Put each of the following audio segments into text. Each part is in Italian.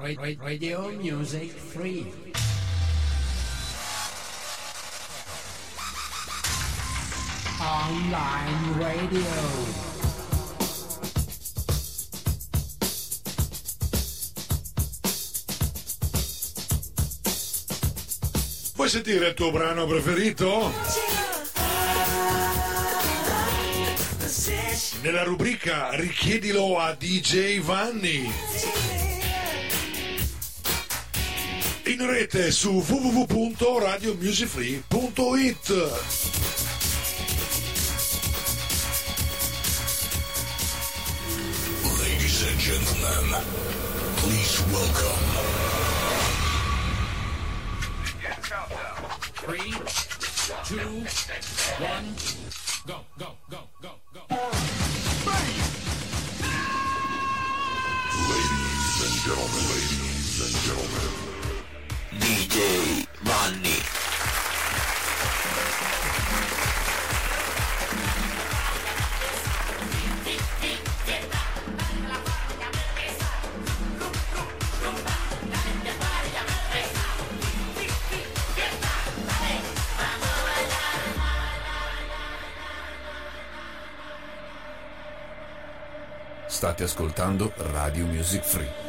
Radio Music Free. Online radio. Vuoi sentire il tuo brano preferito? Nella rubrica richiedilo a DJ Vanni. In rete su www.radiomusicfree.it. Ladies and gentlemen, please welcome. 3, 2, 1, go, go, go, go, go. Ladies and gentlemen, DJ Vanni. State ascoltando Radio Music Free.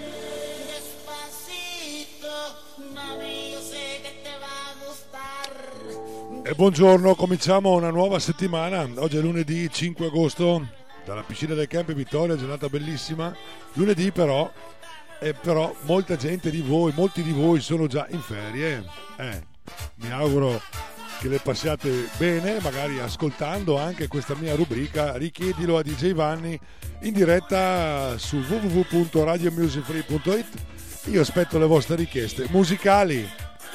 E buongiorno, cominciamo una nuova settimana. Oggi è lunedì 5 agosto, dalla piscina del Campi Vittoria, giornata bellissima. Lunedì però molta gente di voi, molti di voi sono già in ferie. Mi auguro che le passiate bene, magari ascoltando anche questa mia rubrica Richiedilo a DJ Vanni in diretta su www.radiomusicfree.it. Io aspetto le vostre richieste musicali.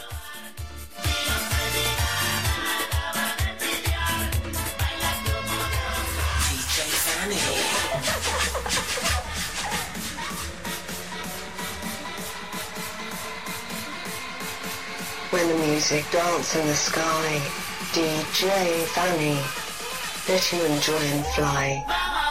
When the music dance in the sky, DJ Fanny, let you enjoy and fly.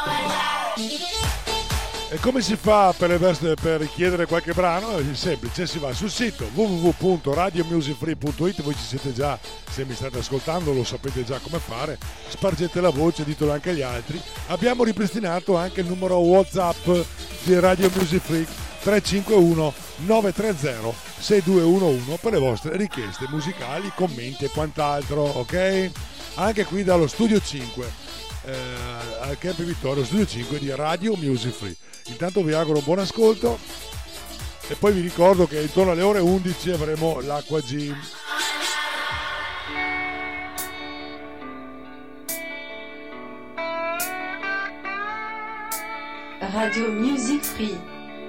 E come si fa per richiedere qualche brano? È semplice, si va sul sito www.radiomusicfree.it. Voi ci siete già, se mi state ascoltando lo sapete già come fare, spargete la voce, ditelo anche agli altri. Abbiamo ripristinato anche il numero WhatsApp di Radio Music Free 351 930 6211 per le vostre richieste musicali, commenti e quant'altro, ok? Anche qui dallo studio 5 al Campi Vittorio, studio 5 di Radio Music Free. Intanto vi auguro un buon ascolto e poi vi ricordo che intorno alle ore 11 avremo l'Acqua Gym. Radio Music Free.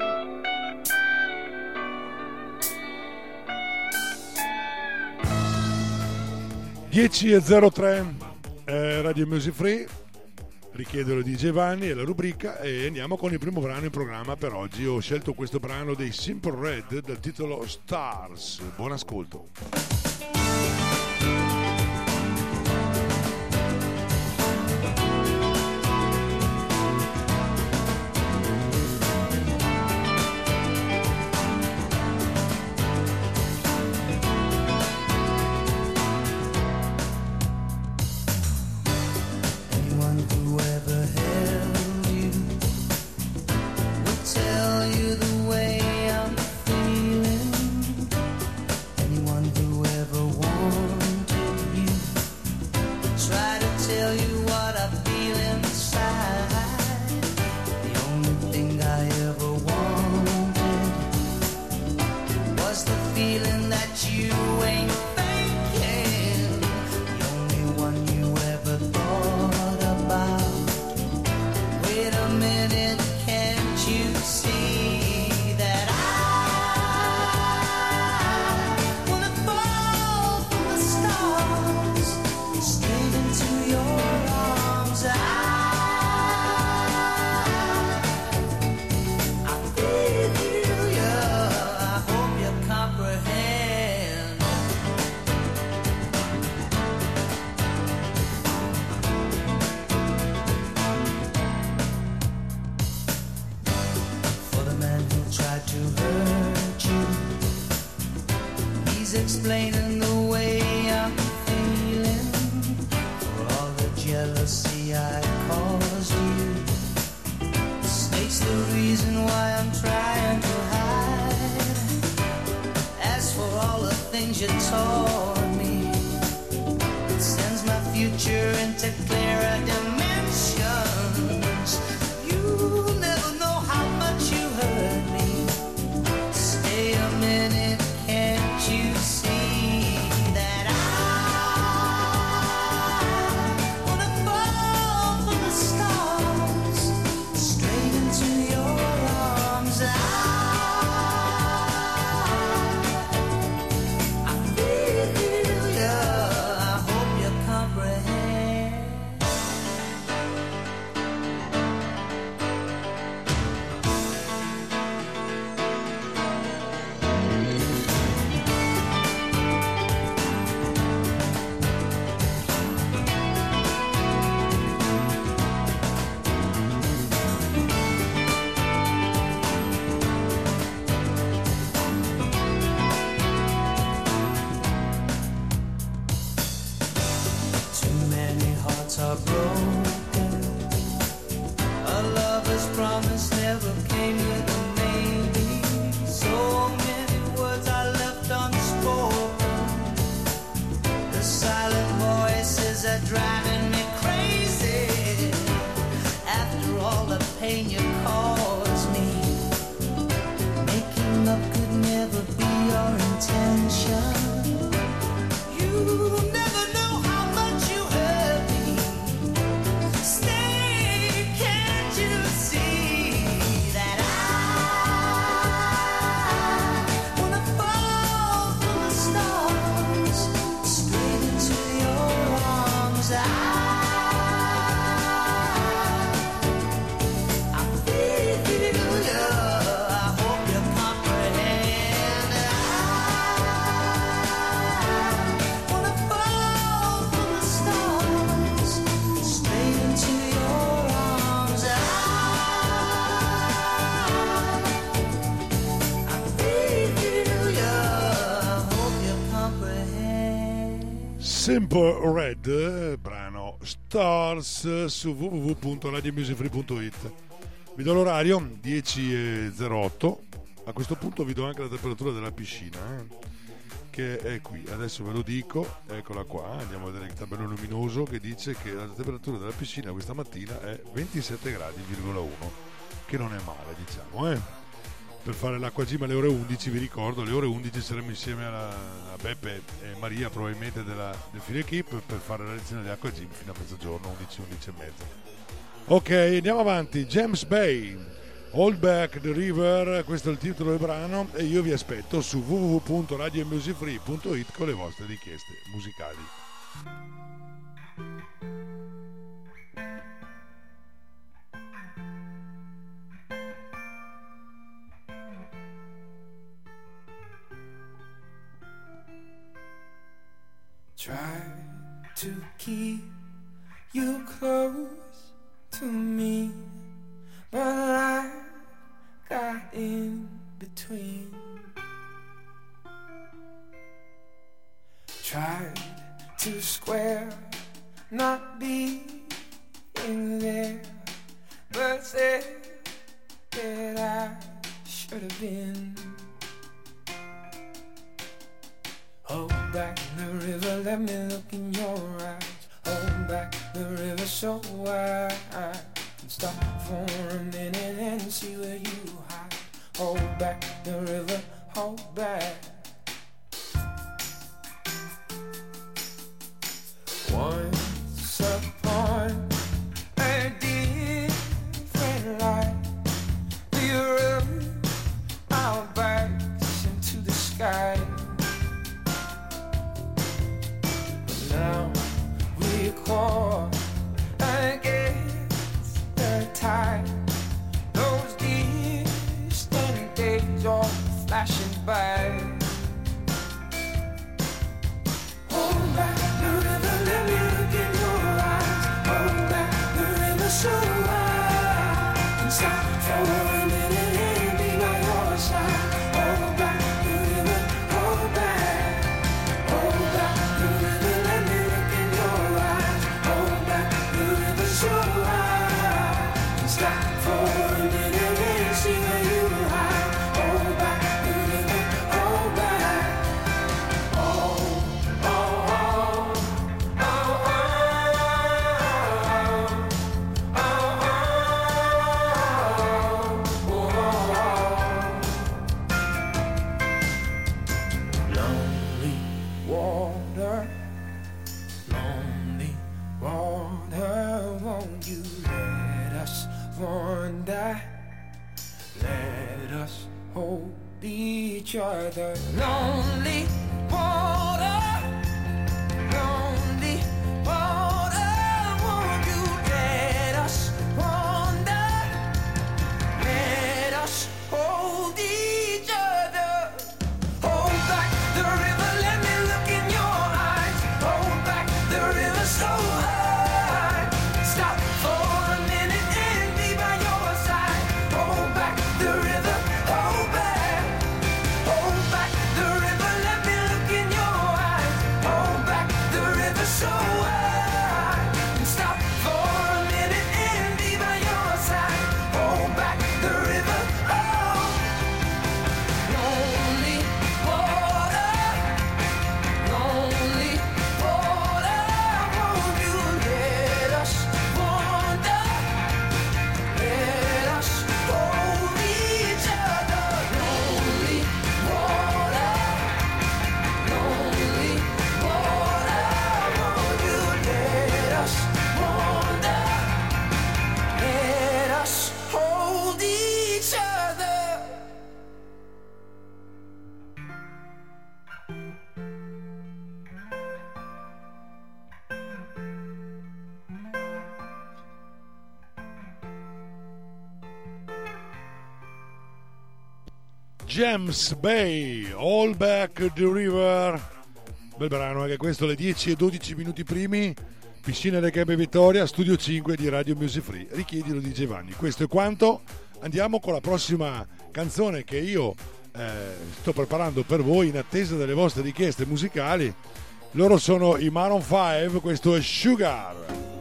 10:03 Radio Music Free, richiedelo di DJ Vanni e la rubrica, e andiamo con il primo brano in programma per oggi. Ho scelto questo brano dei Simple Red dal titolo Stars. Buon ascolto. To hurt Please explain the way I'm feeling for all the jealousy I caused you. The snake's the reason why I'm trying to hide. As for all the things you taught me, it sends my future into clearer dimensions. You'll never know how much you hurt me. Stay a minute, can't you see that I wanna fall from the stars straight into your arms? I feel ya, I hope you comprehend. Too many hearts are broken. A lover's promise never came with a maybe. So many words I left unspoken. The silent voices are driving me crazy. After all the pain you caused me, making up could never be your intention. You never know how much you hurt me. Stay, can't you see that I wanna fall from the stars straight into your arms? I feel ya, I hope you comprehend. I wanna fall from the stars straight into your arms. I feel ya, I hope you comprehend. Simple Red, brano Stars su www.radiomusicfree.it. Vi do l'orario 10:08. A questo punto vi do anche la temperatura della piscina, che è qui, adesso ve lo dico, eccola qua, andiamo a vedere il tabellone luminoso che dice che la temperatura della piscina questa mattina è 27 gradi,1, che non è male, diciamo, Per fare l'acqua gym alle ore 11, vi ricordo, alle ore 11 saremo insieme a Beppe e Maria, probabilmente del Fine Equip, per fare la lezione di acqua gym fino a mezzogiorno, 11 e mezza. Ok, andiamo avanti. James Bay, Hold Back the River, questo è il titolo del brano, e io vi aspetto su www.radiomusicfree.it con le vostre richieste musicali. Try to keep you close to me, but I got in between. Tried to square not being there, but said that I should have been. Hold back the river, let me look in your eyes. Hold back the river so I can stop for a minute and see where you hide. Hold back the river, hold back. Once upon a different life, we rode our backs into the sky. Now we caught against the tide. Those distant days all flashing by. Hold back the river, let me look in your eyes. Hold back the river so I can stop for a minute and be by your side. Hold back the river, hold back. hold each other. Lonely water, lonely water, won't you let us wander? Let us hold each other. Hold back the river, let me look in your eyes. Hold back the river so high. Stop for a minute and be by your side. Hold back the river, hold back. Hold back the river, let me look in your eyes. Hold back the river so high. Stop for a minute and be by your side. Hold back the river, oh. Lonely water, lonely water, won't you let us wander? Let us hold each other. Lonely water, lonely water, won't you let us wander? Let us hold each other. James Bay, All Back the River. Bel brano anche questo, alle 10 e 12 minuti primi. Piscina del Campo Vittoria, Studio 5 di Radio Music Free. Richiedilo di Giovanni. Questo è quanto. Andiamo con la prossima canzone che io sto preparando per voi in attesa delle vostre richieste musicali. Loro sono i Maroon 5, questo è Sugar.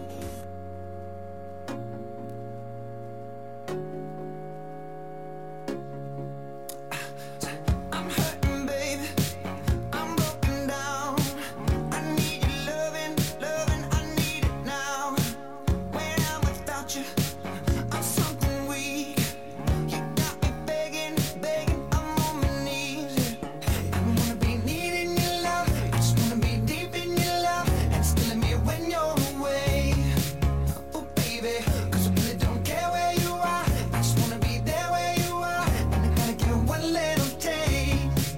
I'm hurting, baby. I'm broken down. I need your loving, loving. I need it now. When I'm without you, I'm something weak. You got me begging, begging. I'm on my knees. I wanna be needing your love. I just wanna be deep in your love and stealing me when you're away. Oh, baby, 'cause I really don't care where you are. I just wanna be there where you are. And I gotta give it one little taste.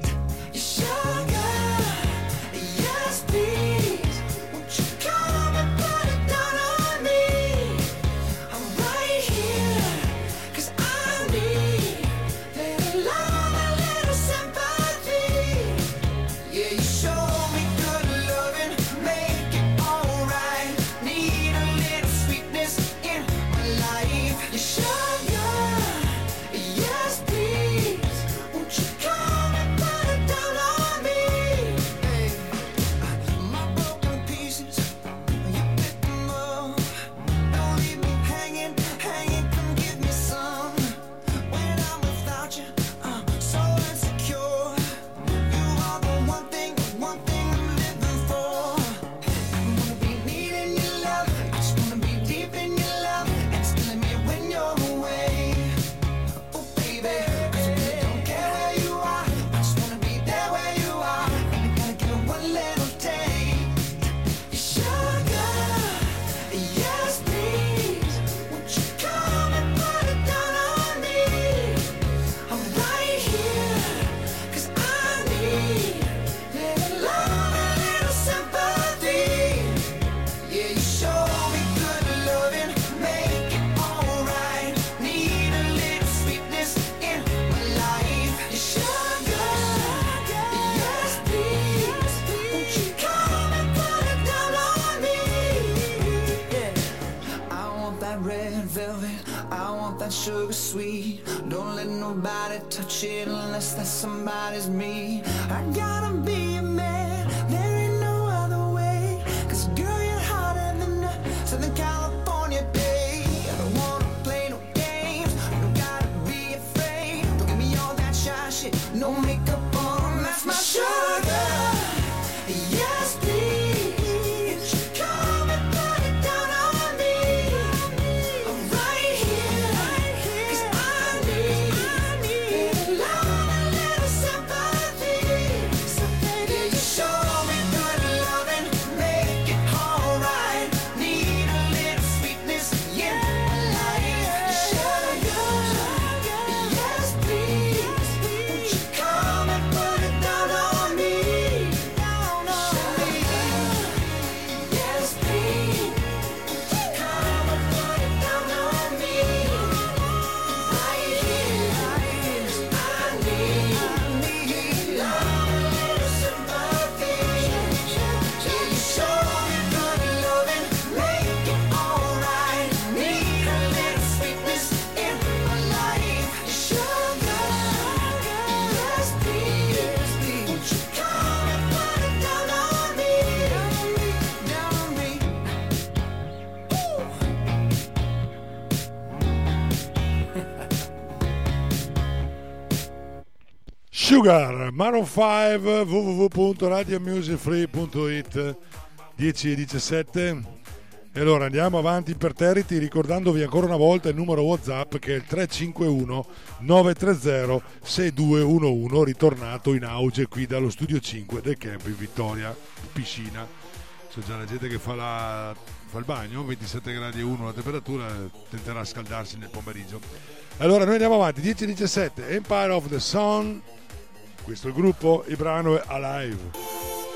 Sugar, yes please. Won't you come and put it down on me? I'm right here, 'cause I need little love, a little sympathy. Yeah, you show me good loving, make it alright. Need a little sweetness in my life. You sugar, yes please. Won't you come and put it down on me? Hey, my broken pieces, you pick them up. Don't leave me hanging, hanging. Come give me some. When I'm without you, I'm so insecure. You are the one thing I'm living for. I wanna be needing your love. I just wanna be deep in your love and stealing me when you're away. Oh baby, 'cause I really don't care where you are. I just wanna be there where you are. And I gotta give it one little taste. Sugar, yes please. Won't you come and put it down on me? I'm right here, 'cause I need little love, a little sympathy. Yeah, you show me good loving, make it alright. Need a little sweetness in my life. Sugar, yes please. Won't you come and put it down on me? Yeah, I want that red velvet, I want that sugar sweet. Don't let nobody touch it unless that somebody's me. I gotta be a man, there ain't no other way. 'Cause girl, you're hotter than a Southern California day. I don't wanna play no games, don't gotta be afraid. Don't give me all that shy shit, no makeup on, that's my sugar. Yes please. Won't you come and put it down on me? I'm right here, 'cause I need little love, a little sympathy. Yeah, you show me good loving, make it alright. Need a little sweetness in my life. Sugar, yes please. Sugar, Maroon 5, www.radiomusicfree.it, 10:17. E allora andiamo avanti imperterriti ricordandovi ancora una volta il numero WhatsApp che è il 351 930 6211, ritornato in auge qui dallo studio 5 del camp in Vittoria, piscina. C'è già la gente che fa il bagno, 27 gradi e 1 la temperatura, tenterà a scaldarsi nel pomeriggio. Allora noi andiamo avanti, 10:17, Empire of the Sun, questo è il gruppo, il brano è Alive.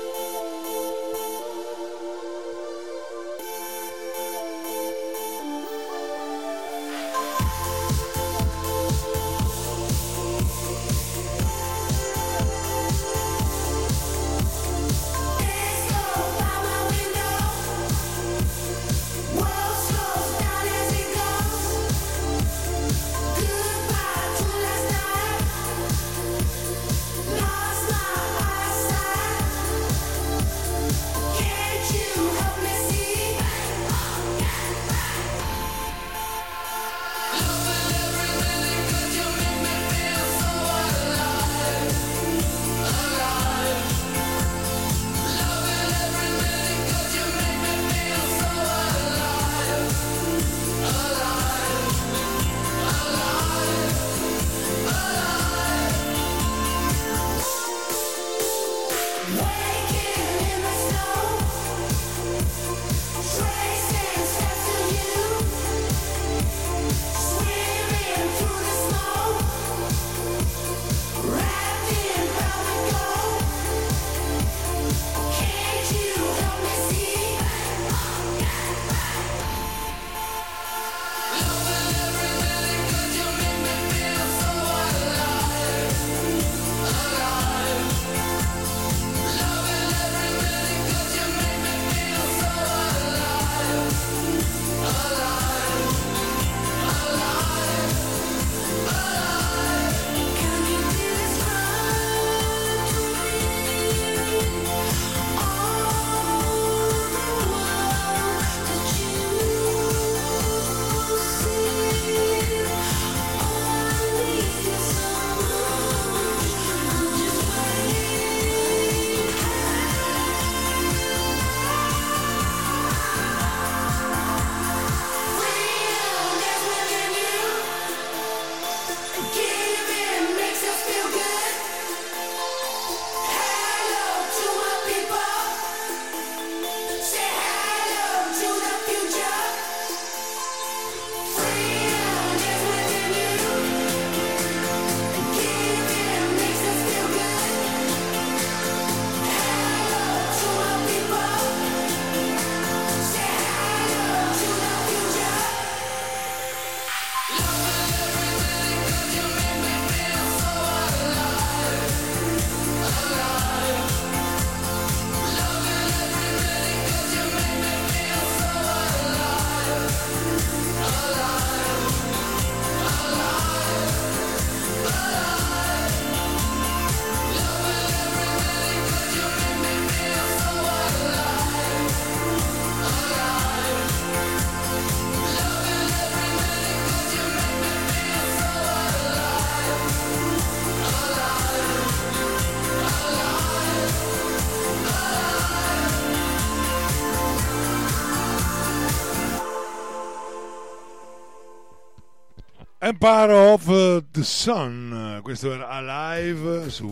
Empire of the Sun, questo era Alive su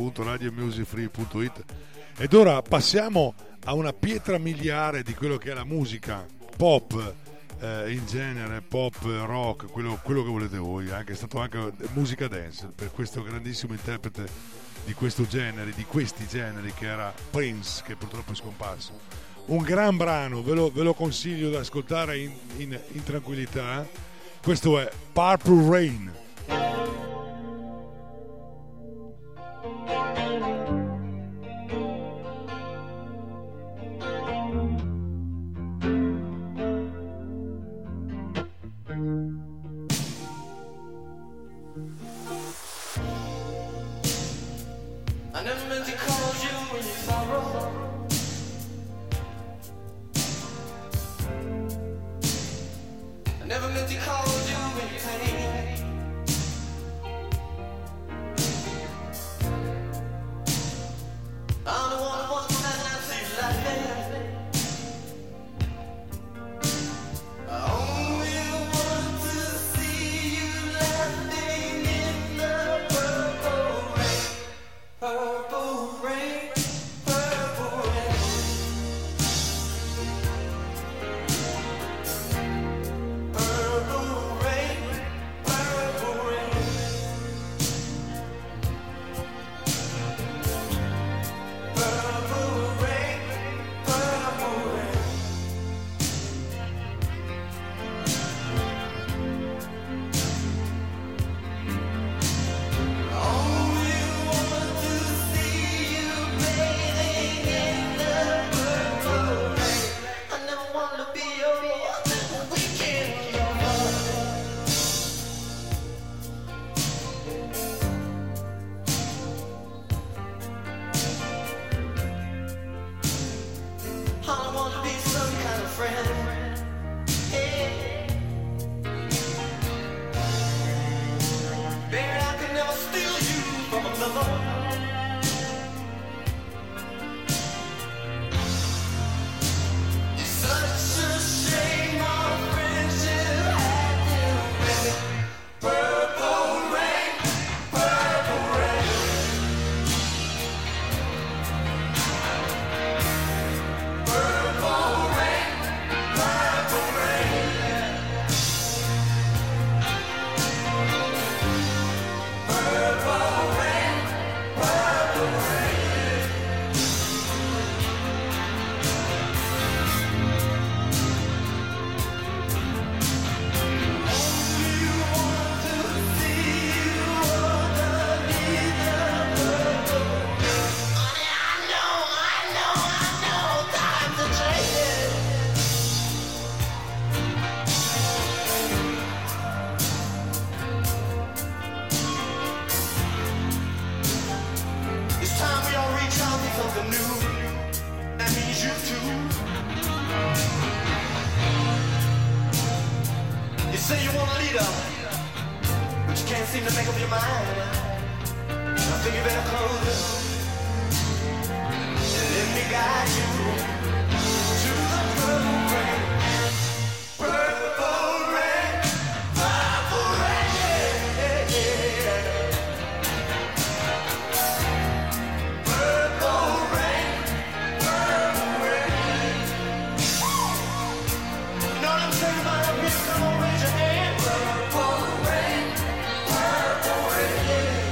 www.radiomusicfree.it. Ed ora passiamo a una pietra miliare di quello che è la musica pop, in genere pop, rock, quello che volete voi, è stato anche musica dance per questo grandissimo interprete di questo genere, di questi generi, che era Prince, che purtroppo è scomparso. Un gran brano, ve lo consiglio da ascoltare in tranquillità. Questo è Purple Rain. I never meant to call you when you sorrow. I never meant to call you when you pain. leader, but you can't seem to make up your mind. I think you better close it and let me guide you to the purple rain. Purple rain, purple rain, yeah, yeah. Purple rain, purple rain. Know what I'm saying about up here? Come on, raise your hand. Purple rain, purple rain, yeah.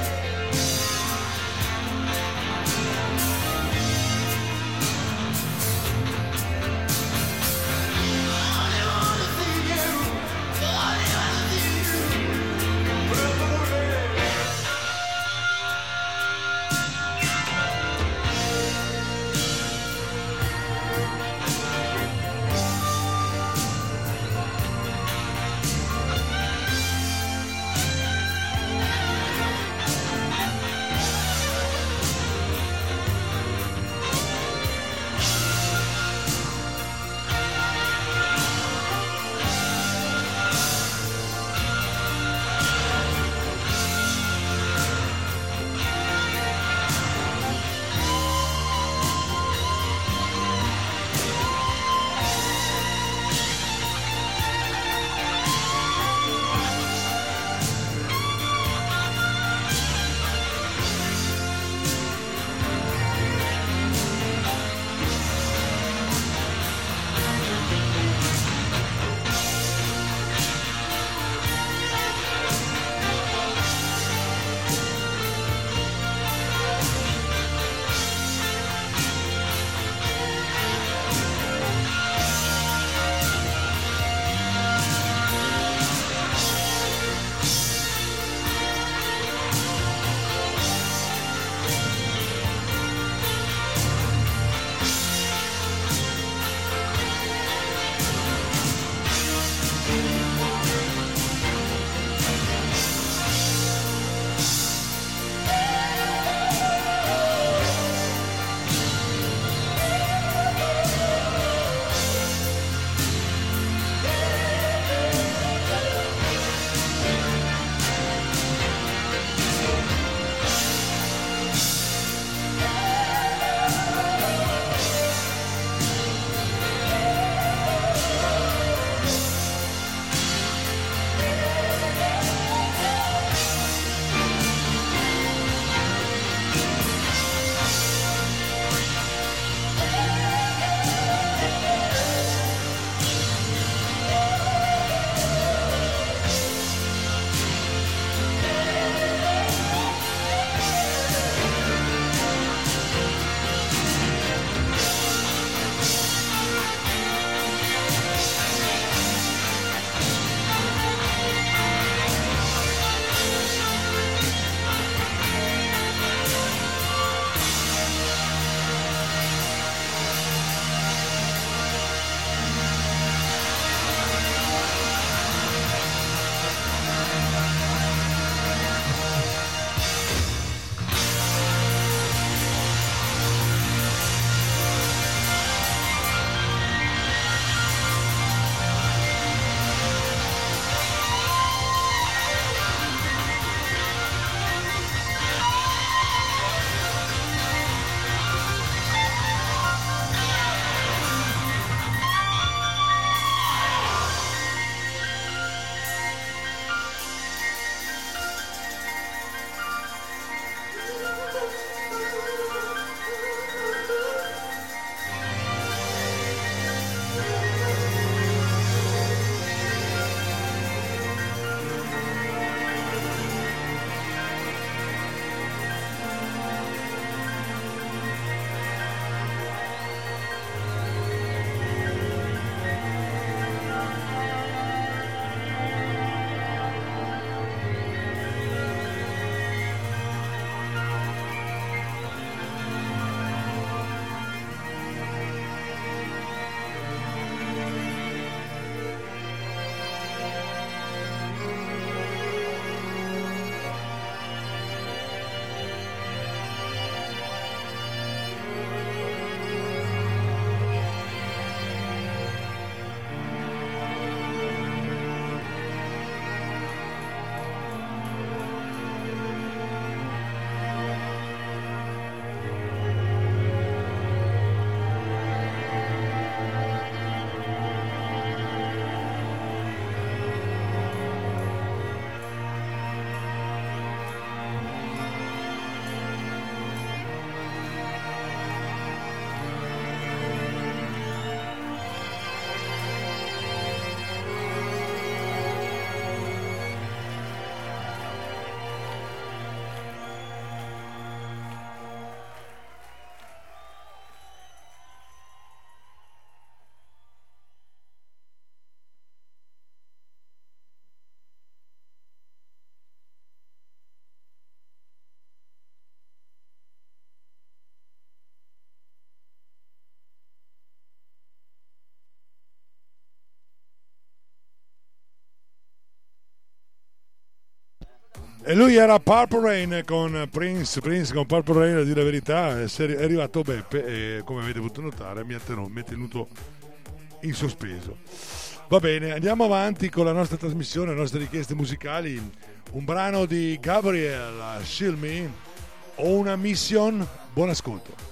E lui era Purple Rain con Prince con Purple Rain, a dire la verità. È arrivato Beppe e, come avete potuto notare, mi ha tenuto in sospeso. Va bene, andiamo avanti con la nostra trasmissione, le nostre richieste musicali. Un brano di Gabriel Silmi, Ho una mission. Buon ascolto.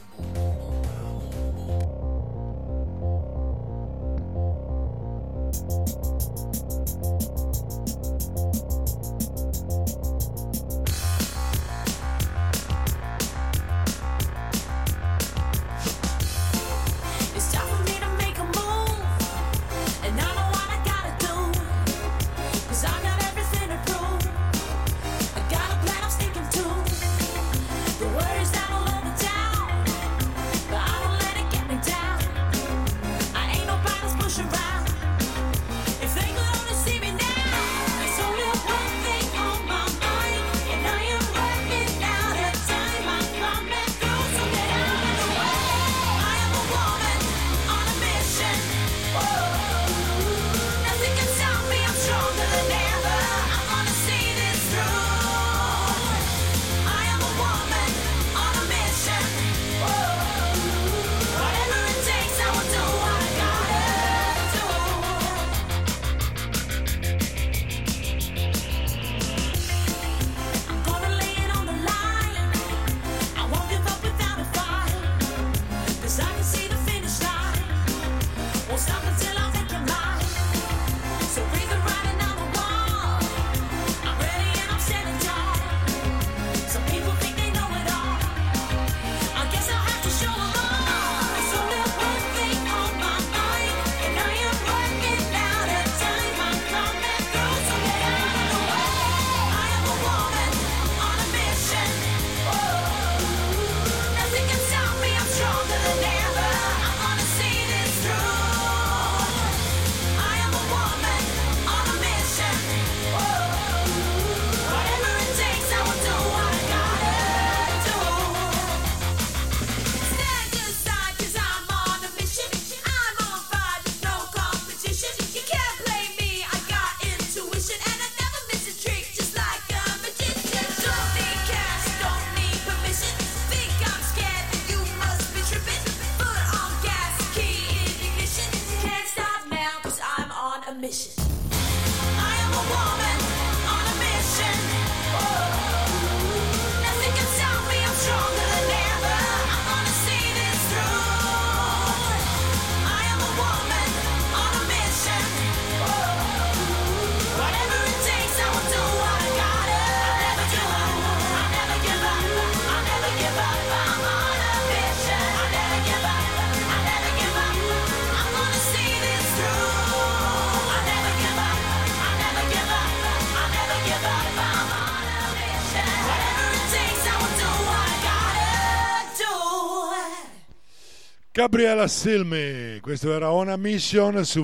Gabriela Silmi, questo era On a Mission su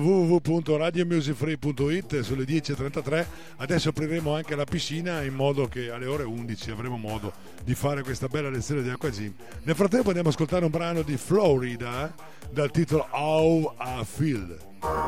www.radiomusicfree.it sulle 10.33. Adesso apriremo anche la piscina in modo che alle ore 11 avremo modo di fare questa bella lezione di acqua gym. Nel frattempo andiamo a ascoltare un brano di Florida dal titolo How I Feel.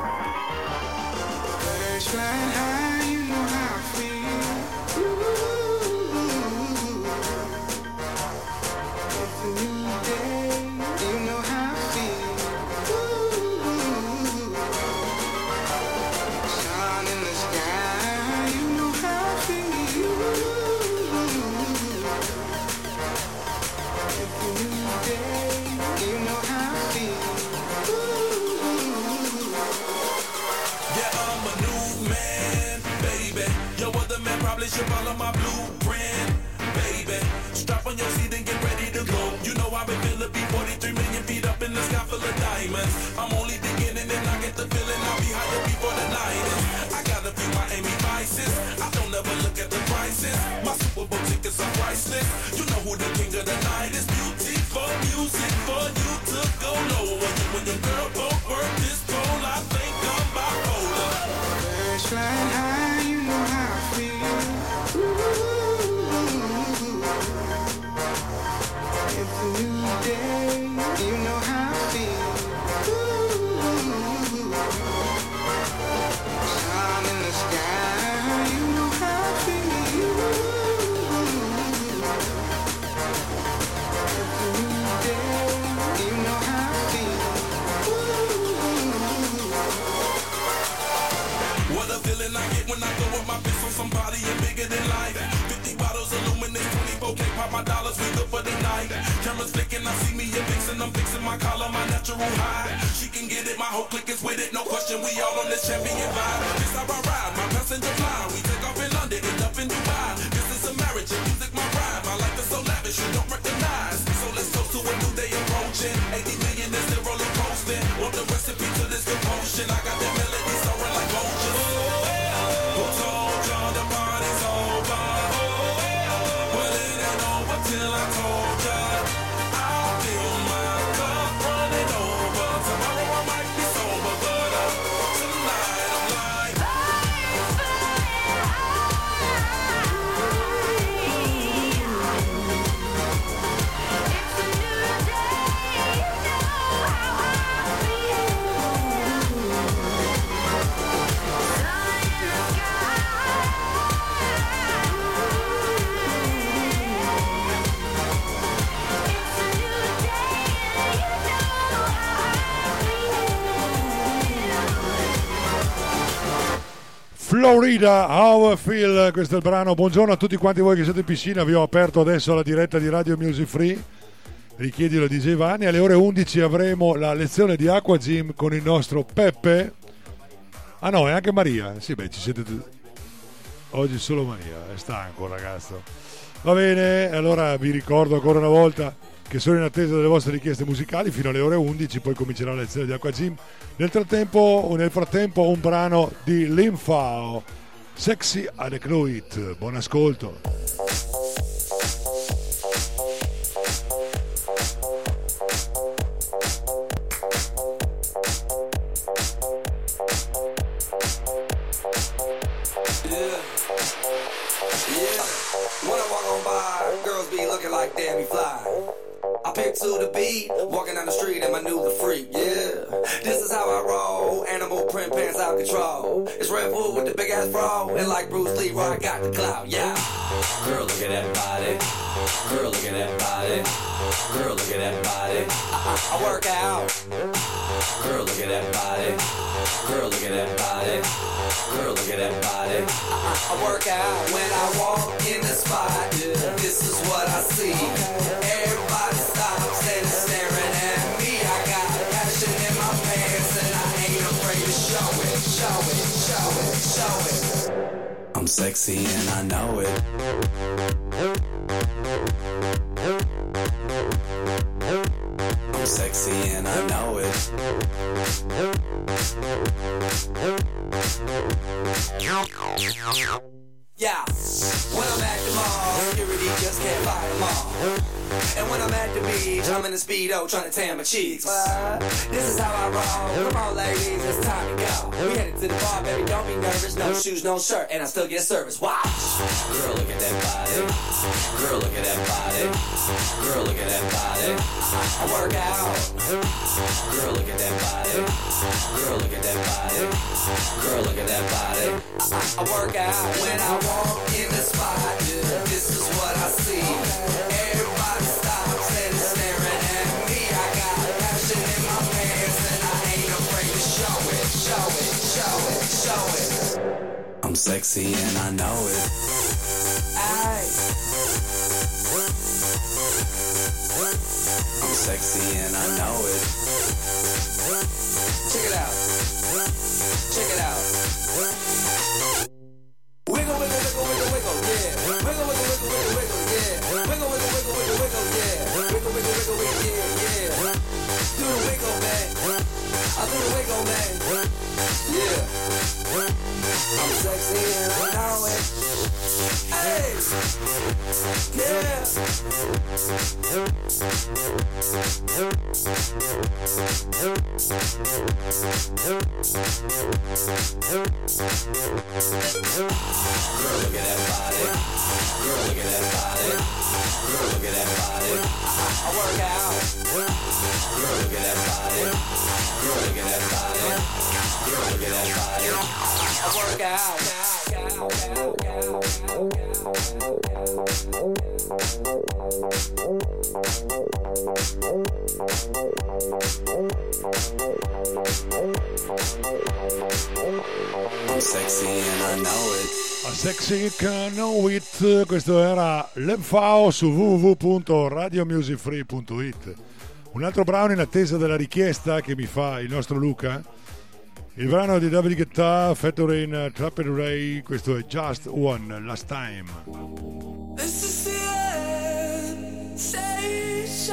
Should follow my blueprint, baby. Strap on your seat and get ready to go. You know I've been feeling be 43 million feet up in the sky full of diamonds. I'm only beginning and I get the feeling I'll be higher before the night is. I got a few Miami vices. I don't ever look at the prices. My Super Bowl tickets are priceless. You know who the king of the night is. Beautiful music for you to go low. When your girl both work this pole, I think I'm bipolar. Birds flying high, you know how I feel. It's a new day, you know how I feel. Sun in the sky, you know how I feel. pop my dollars, we good for the night. Cameras flicking, I see me and fixing, I'm fixing my collar, my natural high. She can get it, my whole clique is with it, no question, we all on this champion vibe. This how I ride, my passenger fly. We take off in London, end up in Dubai. This is a marriage, and music my ride. My life is so lavish, you don't recognize. So let's toast to a new day approaching. 80 million is the roller coasting. Want the recipe to this commotion? I got that melody soaring like ocean. Who told y'all the party's over? Well, it ain't over till I told ya. I feel my cup running over. Tomorrow I might be sober, but tonight I'm like. Florida, How I Feel, questo è il brano. Buongiorno a tutti quanti voi che siete in piscina, vi ho aperto adesso la diretta di Radio Music Free, richiedilo a DJ Vanni. Alle ore 11 avremo la lezione di Aqua Gym con il nostro Peppe. Ah no, è anche Maria, sì beh ci siete tutti. Oggi solo Maria, è stanco ragazzo. Va bene, allora vi ricordo ancora una volta che sono in attesa delle vostre richieste musicali fino alle ore 11, poi comincerà la lezione di Aqua Gym. Nel frattempo un brano di Limfao, Sexy Adequate. Buon ascolto. When I walk on by, girls be looking like damn, you fly. I pick to the beat, walking down the street and my new the freak, yeah. This is how I roll, animal print pants out control. It's Red Bull with the big ass bra, and like Bruce Lee, I got the clout, yeah. Girl, look at that body. Girl, look at that body. Girl, look at that body. I work out. Girl, look at that body. Girl, look at that body. Girl, look at that body. I work out when I walk in the spot. This is what I see. Everybody stops and is staring at me. I got passion in my pants and I ain't afraid to show it, show it, show it, show it. I'm sexy and I know it. I'm sexy and I know it. Yeah, when I'm at the mall, security just can't fight them all. And when I'm at the beach, I'm in a Speedo trying to tan my cheeks. This is how I roll. Come on, ladies, it's time to go. We headed to the bar, baby, don't be nervous. No shoes, no shirt, and I still get service. Watch. Girl, look at that body. Girl, look at that body. Girl, look at that body. I work out. Girl, look at that body. Girl, look at that body. Girl, look at that body. I work out when I walk in the spot. This is what I see. Everybody stops and is staring at me. I got passion in my pants and I ain't afraid to show it, show it, show it, show it. I'm sexy and I know it. I'm sexy and I know it. Check it out. Check it out. Wiggle, wiggle, wiggle, wiggle, wiggle, yeah. Wiggle, wiggle, wiggle, wiggle, wiggle, yeah. Wiggle, wiggle, wiggle, wiggle, wiggle, yeah. Wiggle, wiggle, wiggle, wiggle, yeah, yeah. Do the wiggle, man. I do the wiggle, man. Yeah. I'm sexy and I know it. Hey. Yeah. Girl, look at that body. Girl, look at that body. Girl, look at that body. I work out. Girl, look at that body. Girl, look at that body. Girl, look at that body. I work out. I'm sexy and I know it. Sexy Can Know It, questo era l'Emfao su www.radiomusicfree.it. Un altro brano in attesa della richiesta che mi fa il nostro Luca, il brano di David Guetta featuring in Trapped Ray, questo è Just One Last Time. This is the end station,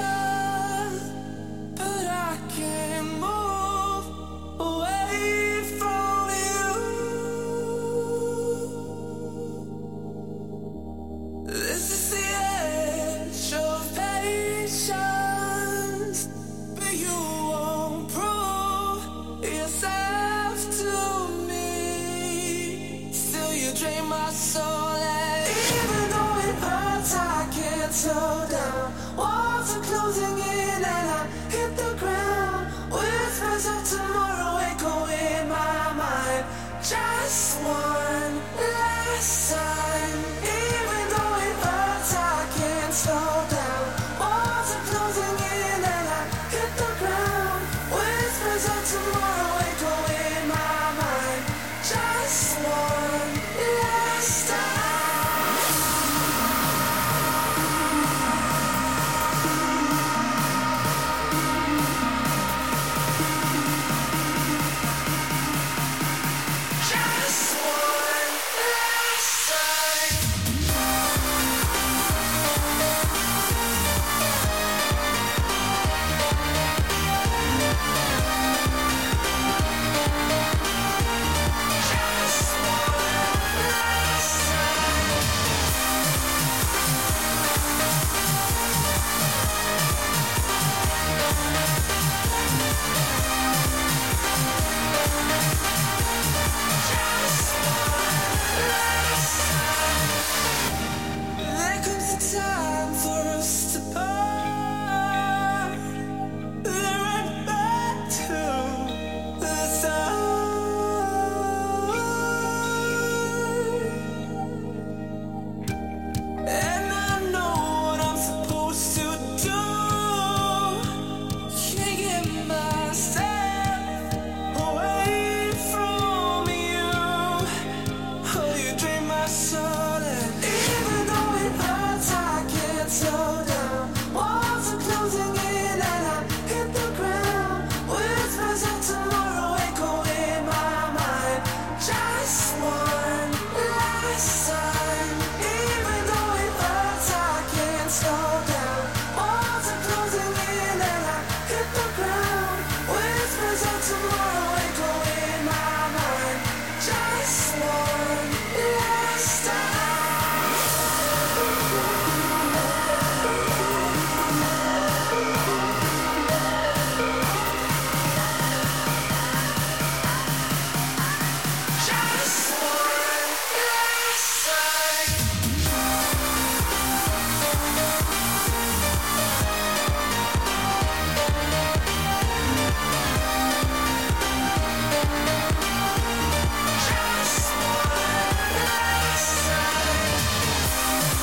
but I can't move away from you. This is the edge of patience, but you won't prove yourself to me. Still you drain my soul, and even though it hurts I can't slow down. Walls are closing in and I hit the ground. Whispers of tomorrow echo in my mind. Just one last time. Even though it hurts I can't slow down. Walls are closing in and I hit the ground. Whispers of tomorrow echo in my mind. Just one last time. Just one last time. Just one last time. There comes a time for us to part. Then right back to the start. And I know what I'm supposed to do. Can't get myself away from you. Oh, you drain my soul, and even though it hurts, I can't slow down. Walls are closing in and I hit the ground. Whispers of tomorrow echo in my mind. Just one last time. Even though it hurts, I can't slow down. Walls are closing in and I hit the ground. Whispers of tomorrow echo in my mind. Just one last time. Just one last time. Just one last time.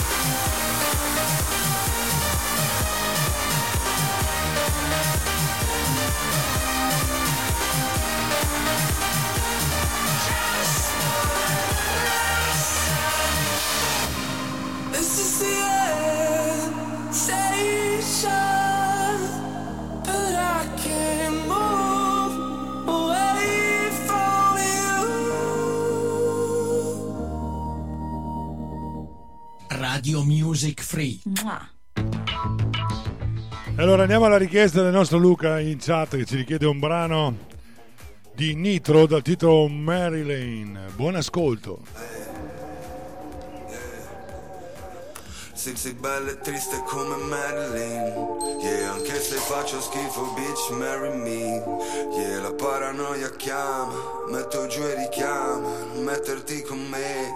Just one last time. This is the end station, but I can't move away from you. Radio Music Free. Allora andiamo alla richiesta del nostro Luca in chat che ci richiede un brano di Nitro dal titolo Mary Lane. Buon ascolto. Sei bella e triste come Marilyn. Yeah, anche se faccio schifo, bitch, marry me. Yeah, la paranoia chiama, metto giù e richiama, non metterti con me.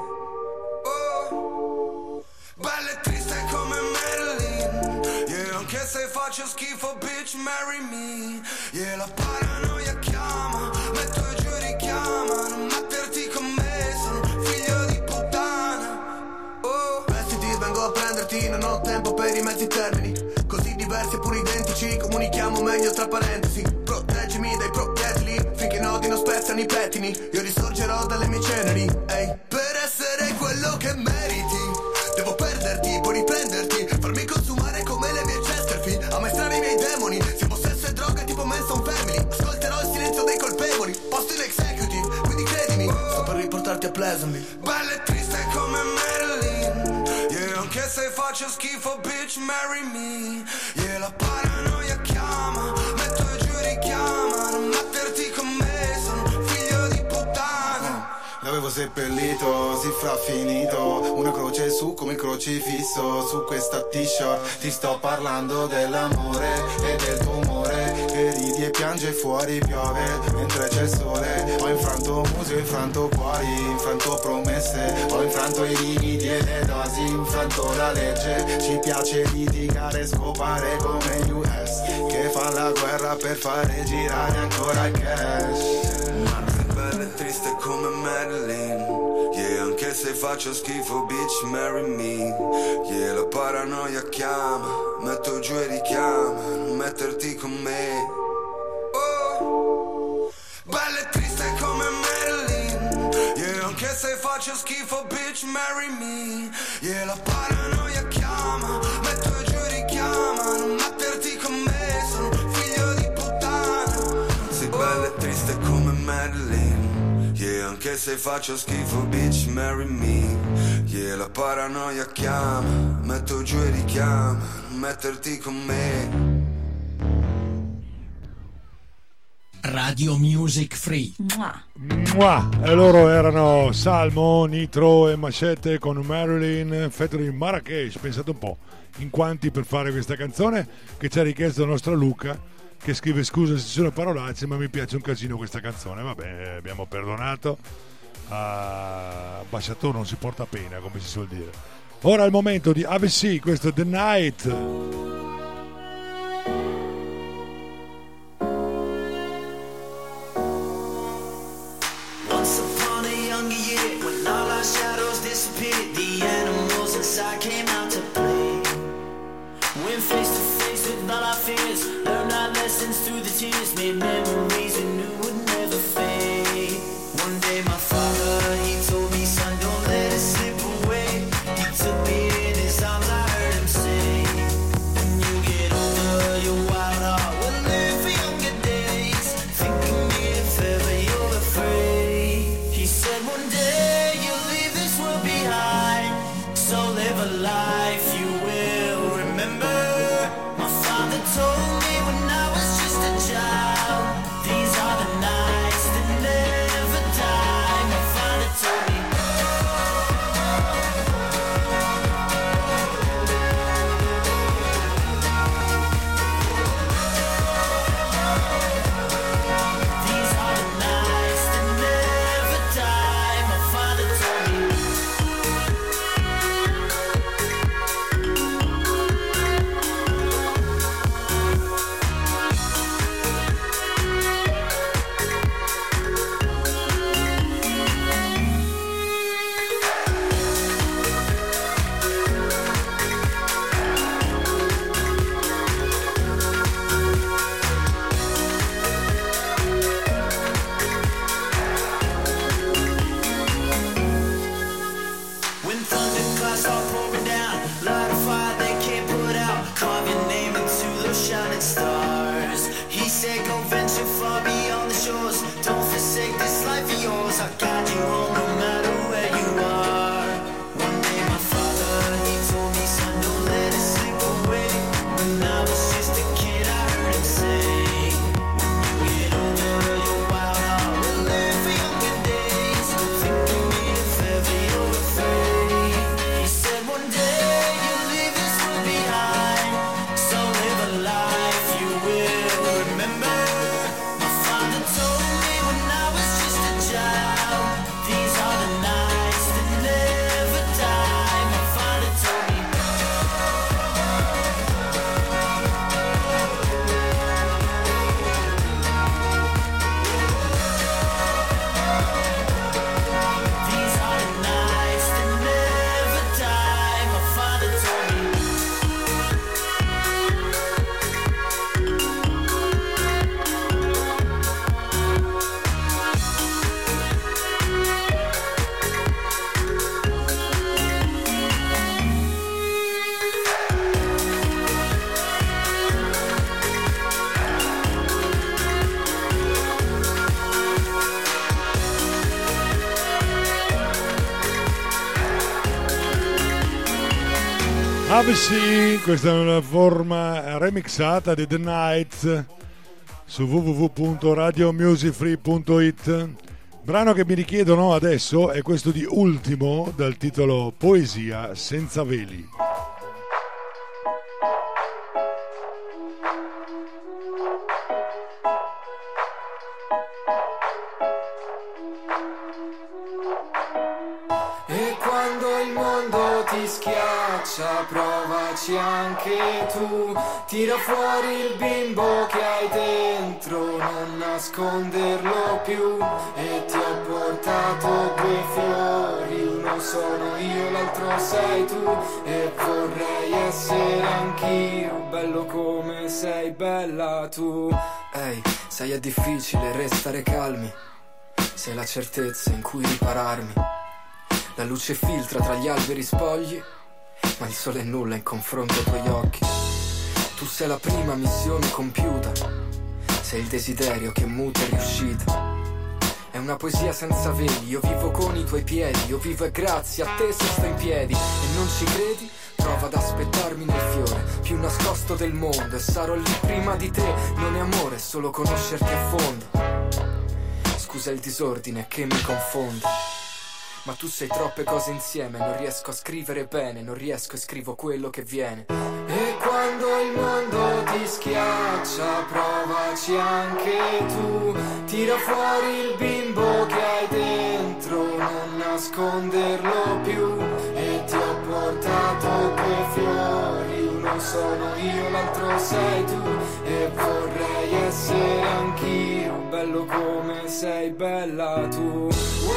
Oh, bella e triste come Marilyn. Yeah, anche se faccio schifo, bitch, marry me. Yeah, la paranoia chiama, metto giù e richiama, non metterti con me, sono figlio di puttana. Oh, prestiti, vengo a prenderti, non ho tempo per i mezzi termini. Così diversi eppure identici, comunichiamo meglio tra parentesi. Proteggimi dai proiettili, finché nodi non spero. spezzano i pettini, io risorgerò dalle mie ceneri. Ehi, per essere quello che meriti devo perderti, poi riprenderti, farmi consumare come le mie Chesterfield, ammaestrare i miei demoni, siamo sesso e droga tipo Manson Family. Ascolterò il silenzio dei colpevoli, posto in executive, quindi credimi, sto per riportarti a Pleasantville. Bella e triste come Marilyn, yeah, anche se faccio schifo, bitch, marry me. Yeah, la paranoia chiama, metto giù e richiama, non metterti con me, sono figlio di puttana. L'avevo seppellito, si fra finito, una croce su come il crocifisso, su questa t-shirt ti sto parlando dell'amore e del tuo umore, che ridi e piange fuori piove, mentre c'è il sole, ho infranto musi, ho infranto cuori, infranto promesse, ho infranto i limiti e le dosi, infranto la legge, ci piace litigare e scopare come gli US, che fa la guerra per fare girare ancora il cash. Bella e triste come Marilyn, yeah, anche se faccio schifo, bitch, marry me. Yeah, la paranoia chiama, metto giù e richiama, non metterti con me. Oh, bella e triste come Marilyn, yeah, anche se faccio schifo, bitch, marry me. Yeah, la paranoia chiama, metto giù e richiama, non metterti con me, sono figlio di puttana. Sei bella e triste come Marilyn, yeah, anche se faccio schifo, bitch, marry me. Yeah, la paranoia chiama, metto giù e richiama, non metterti con me. Radio Music Free. E loro erano Salmo, Nitro e Machete con Marilyn featuring Marrakesh. Pensate un po' in quanti per fare questa canzone, che ci ha richiesto la nostra Luca, che scrive: scusa se ci sono parolacce, ma mi piace un casino questa canzone. Vabbè, abbiamo perdonato. Ambasciatore non si porta pena, come si suol dire. Ora è il momento di AVC, questo è The Night. Once upon a younger year, when all our shadows disappeared, the animals inside came out to play. Went face to face with all our fears, learned our lessons through the tears, made memories we knew would never fade. One day my father, he told me, son, don't let it slip away. He took me in his arms, I heard him say, when you get older, your wild heart will live for younger days. Think of me if ever you're afraid. He said one day you'll leave this world behind, so live a life you will remember. My father told me when I was just a child, these are the nights that never die. My father told me. These are the nights that never die. My father told me. When thunderclouds are pouring down, light a fire they can't put out, carve your name into those shining stars. He said go venture far beyond the shores, don't forsake this life of yours. I'll guide you home no matter where you are. One day my father, he told me, son, don't let it slip away. When I was just a kid I heard him say, when you get older your wild heart will live for younger days. Think of me if ever you're afraid. He said one day you'll leave this world behind, so live a life you Love Scene, questa è una forma remixata di The Nights su www.radiomusicfree.it. Brano che mi richiedono adesso è questo di Ultimo dal titolo Poesia senza veli. E quando il mondo ti schiaccia, provaci anche tu. Tira fuori il bimbo che hai dentro, non nasconderlo più. E ti ho portato 2 fiori, uno sono io, l'altro sei tu. E vorrei essere anch'io, bello come sei bella tu. Ehi, sai è difficile restare calmi, sei la certezza in cui ripararmi. La luce filtra tra gli alberi spogli, ma il sole è nulla in confronto ai tuoi occhi. Tu sei la prima missione compiuta, sei il desiderio che muta e riuscita. È una poesia senza veli, io vivo con i tuoi piedi, io vivo e grazie a te se sto in piedi. E non ci credi? Prova ad aspettarmi nel fiore più nascosto del mondo e sarò lì prima di te. Non è amore, è solo conoscerti a fondo. Scusa il disordine che mi confonde, ma tu sei troppe cose insieme, non riesco a scrivere bene, non riesco e scrivo quello che viene. E quando il mondo ti schiaccia, provaci anche tu. Tira fuori il bimbo che hai dentro, non nasconderlo più. E ti ho portato 2 fiori, uno sono io, l'altro sei tu. E vorrei essere anch'io, bello come sei bella tu.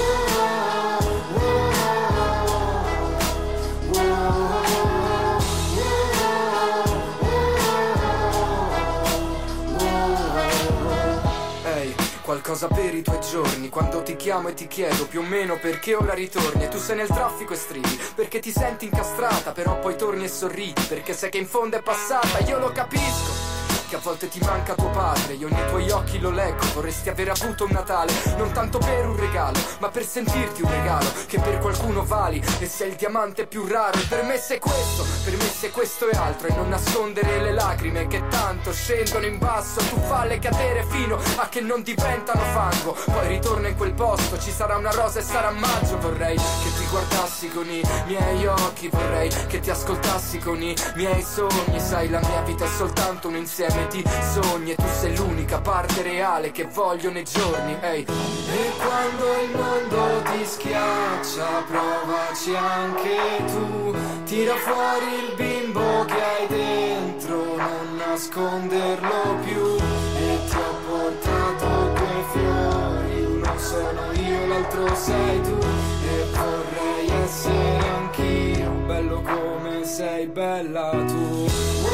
Ehi, qualcosa per i tuoi giorni, quando ti chiamo e ti chiedo più o meno perché ora ritorni. E tu sei nel traffico e stridi, perché ti senti incastrata, però poi torni e sorridi, perché sai che in fondo è passata. Io lo capisco che a volte ti manca tuo padre, io nei tuoi occhi lo leggo. Vorresti aver avuto un Natale, non tanto per un regalo, ma per sentirti un regalo che per qualcuno vali e sei il diamante più raro. E per me sei questo, per me sei questo e altro. E non nascondere le lacrime che tanto scendono in basso. Tu falle cadere fino a che non diventano fango. Poi ritorna in quel posto, ci sarà una rosa e sarà maggio. Vorrei che ti guardassi con i miei occhi, vorrei che ti ascoltassi con i miei sogni. Sai, la mia vita è soltanto un insieme di sogni e tu sei l'unica parte reale che voglio nei giorni. Ehi. E quando il mondo ti schiaccia, provaci anche tu. Tira fuori il bimbo che hai dentro, non nasconderlo più. E ti ho portato 2 fiori, uno sono io, l'altro sei tu. E vorrei essere anch'io, bello come sei bella tu.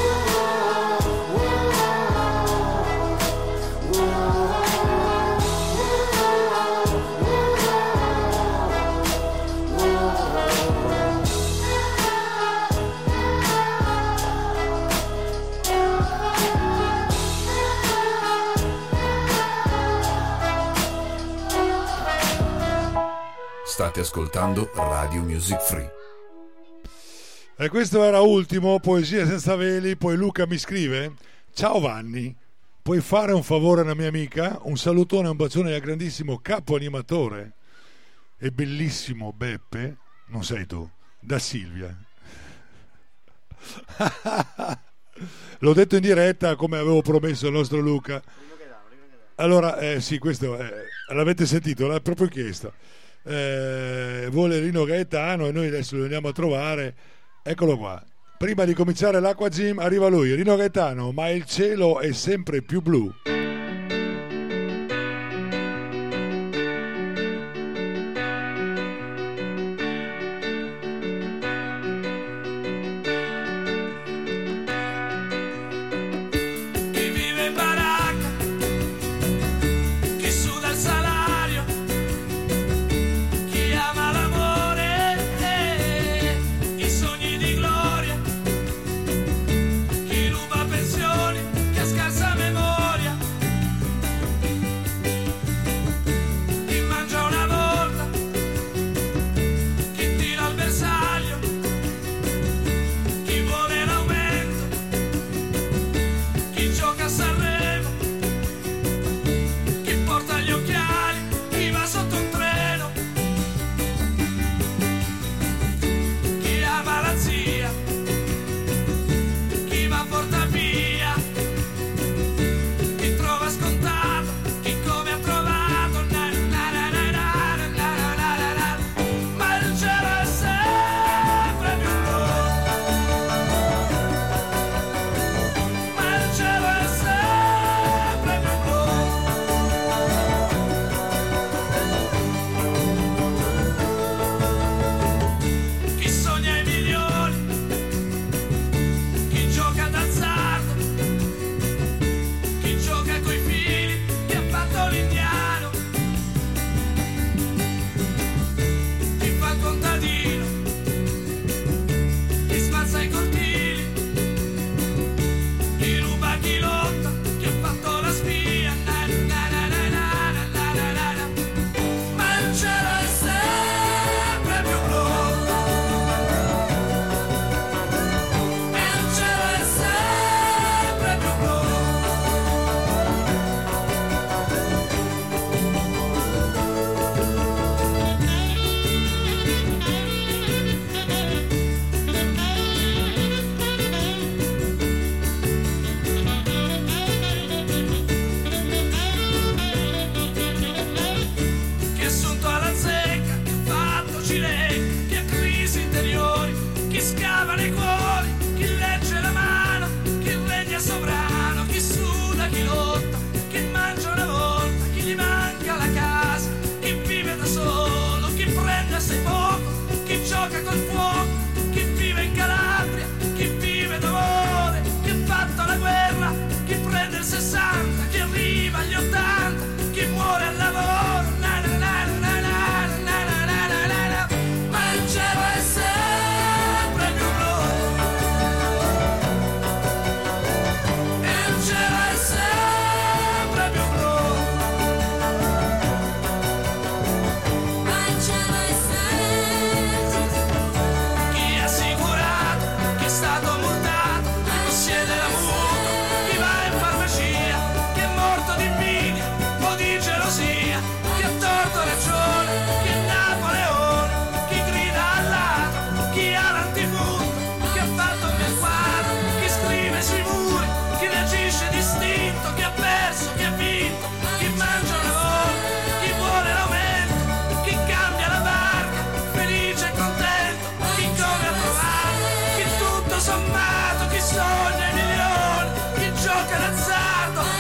State ascoltando Radio Music Free. E questo era Ultimo, Poesia senza veli. Poi Luca mi scrive: ciao Vanni, puoi fare un favore a una mia amica? Un salutone e un bacione al grandissimo capo animatore e bellissimo Beppe, non sei tu, da Silvia. L'ho detto in diretta come avevo promesso al nostro Luca. Allora sì, questo l'avete sentito, l'ha proprio chiesto. Vuole Rino Gaetano e noi adesso lo andiamo a trovare. Eccolo qua. Prima di cominciare l'Acqua Gym arriva lui, Rino Gaetano, ma il cielo è sempre più blu. Chi ruba pensioni, che ha scarsa memoria.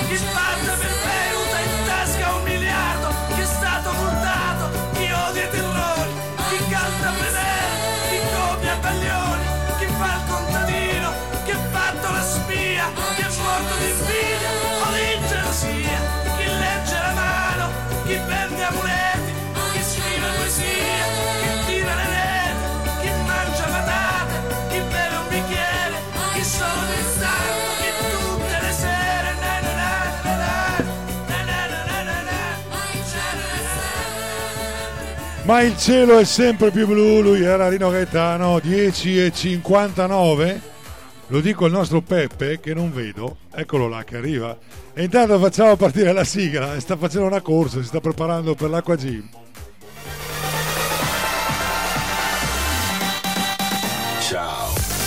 chi parte per bevuta in tasca 1 miliardo, chi è stato multato, chi odia i terrori, chi canta predere, chi copia baglioni, chi fa il contadino, chi ha fatto la spia, chi è morto di invidia o di gelosia, chi legge la mano, chi vende amuleti, chi scrive poesia, chi tira le reti, chi mangia patate, chi beve un bicchiere, chi solo di stanco, chi tutte le sere Ma il cielo è sempre più blu, lui era Rino Gaetano, 10:59. Lo dico al nostro Peppe che non vedo, eccolo là che arriva. E intanto facciamo partire la sigla, e sta facendo una corsa, si sta preparando per l'Acqua Gym. Ciao.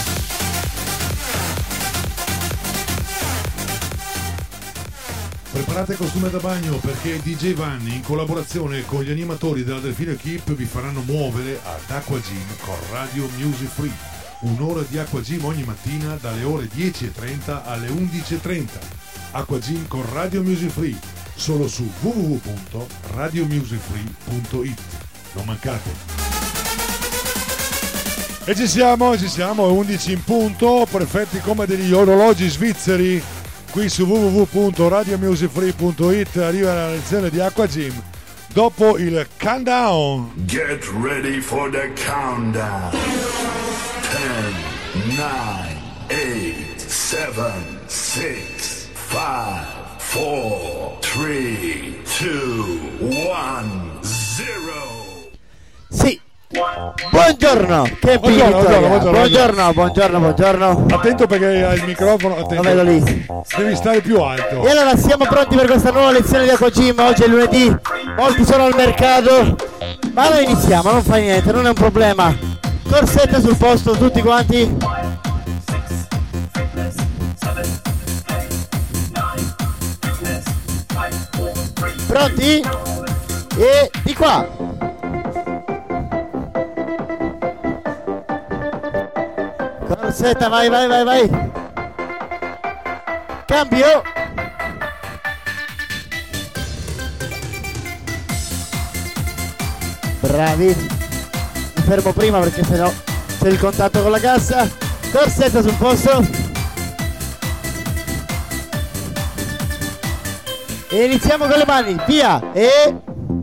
Preparate costume da bagno perché DJ Vanni in collaborazione con gli animatori della Delfino Equipe vi faranno muovere ad Acqua Gym con Radio Music Free. Un'ora di Acqua Gym ogni mattina dalle ore 10:30 alle 11:30. Acqua Gym con Radio Music Free, solo su www.radiomusicfree.it. Non mancate. E ci siamo, è 11 in punto, perfetti come degli orologi svizzeri. Qui su www.radiomusicfree.it arriva la lezione di Acqua Gym dopo il countdown. Get ready for the countdown. 10, 9, 8, 7, 6, 5, 4, 3, 2, 1, 0. Sì. Buongiorno, che buongiorno. Attento perché hai il microfono, attento. Lo vedo lì. Devi stare più alto. E allora siamo pronti per questa nuova lezione di Acqua Gym. Oggi è lunedì, molti sono al mercato, ma noi iniziamo, non fa niente, non è un problema. Corsetta sul posto, tutti quanti. Pronti? E di qua. Corsetta, vai. Cambio. Bravi. Mi fermo prima perché sennò c'è il contatto con la cassa. Corsetta sul posto. E iniziamo con le mani, via. E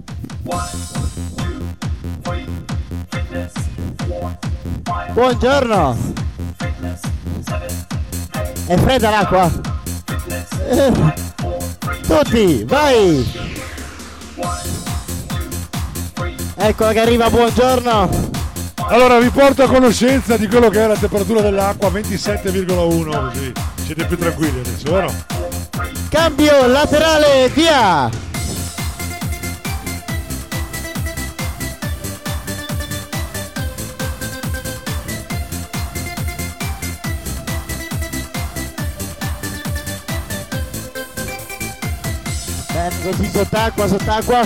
buongiorno. È fredda l'acqua? Tutti, vai! Eccola che arriva, buongiorno! Allora vi porto a conoscenza di quello che è la temperatura dell'acqua, 27,1, così siete più tranquilli adesso, vero? Cambio laterale, via! Così sott'acqua.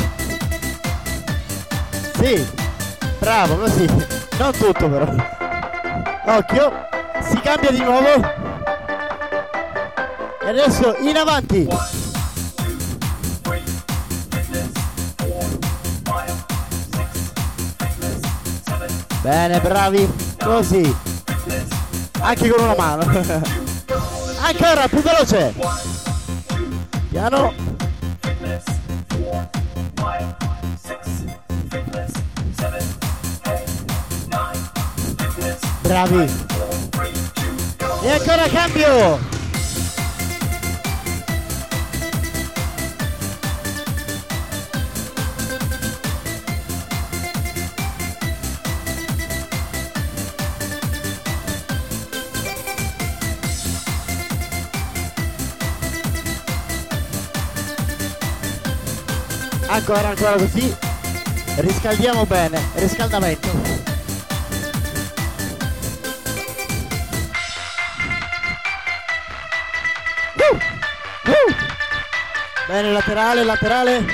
Sì, bravo, così. Non tutto però. Occhio, si cambia di nuovo. E adesso in avanti. Bene, bravi. Così. Anche con una mano. Ancora, più veloce. Piano. Bravi. E ancora cambio. Ancora così. Riscaldiamo bene. Riscaldamento. Bene, laterale.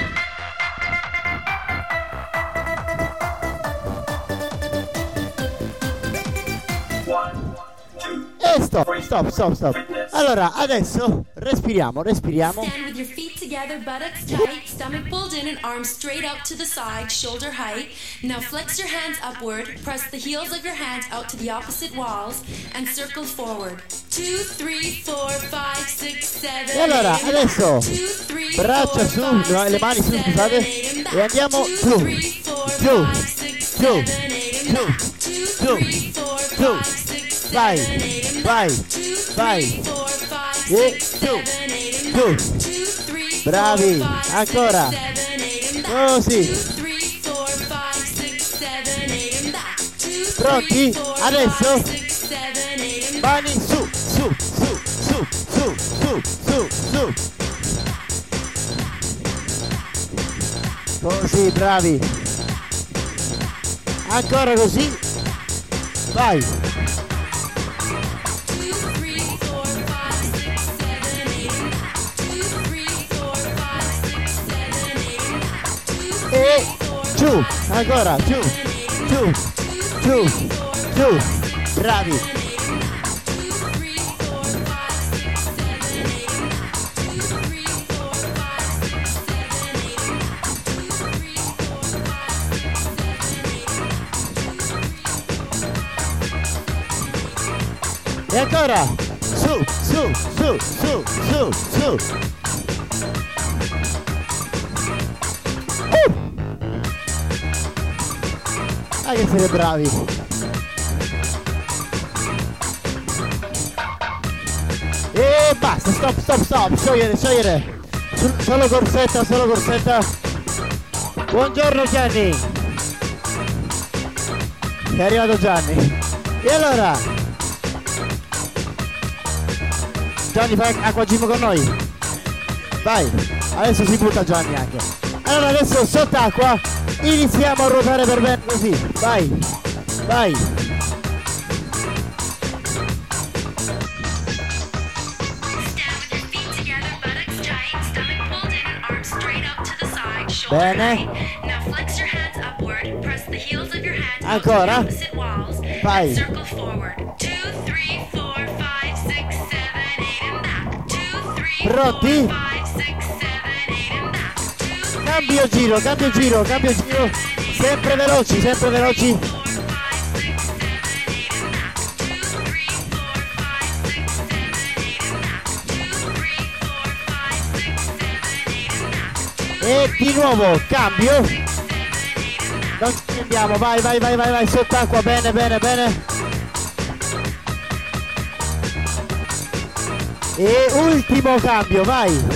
E stop. Allora, adesso respiriamo. Stand with your feet together, buttocks tight, stomach pulled in and arms straight out to the side, shoulder height. Now flex your hands upward, press the heels of your hands out to the opposite walls and circle forward. 2, 3, 4, 5, 6, 7. E allora, adesso braccia su, le mani su, scusate, e andiamo giù. Vai. E giù. Bravi, ancora. Così. Pronti? Adesso mani su. Così, bravi. Ancora così. Vai. E giù, ancora, giù. Bravi. E ancora, su. Ah, che siete bravi. E basta, stop, sciogliere. Solo corsetta. Buongiorno Gianni. È arrivato Gianni. E allora, Gianni, fai acqua gym con noi? Vai, adesso si butta Gianni anche. Allora adesso sott'acqua iniziamo a ruotare per bene così. Vai. Bene. Ancora. Vai. Pronti? Cambio giro. Sempre veloci. E di nuovo cambio. Non ci andiamo, vai sott'acqua, bene. E ultimo cambio, vai.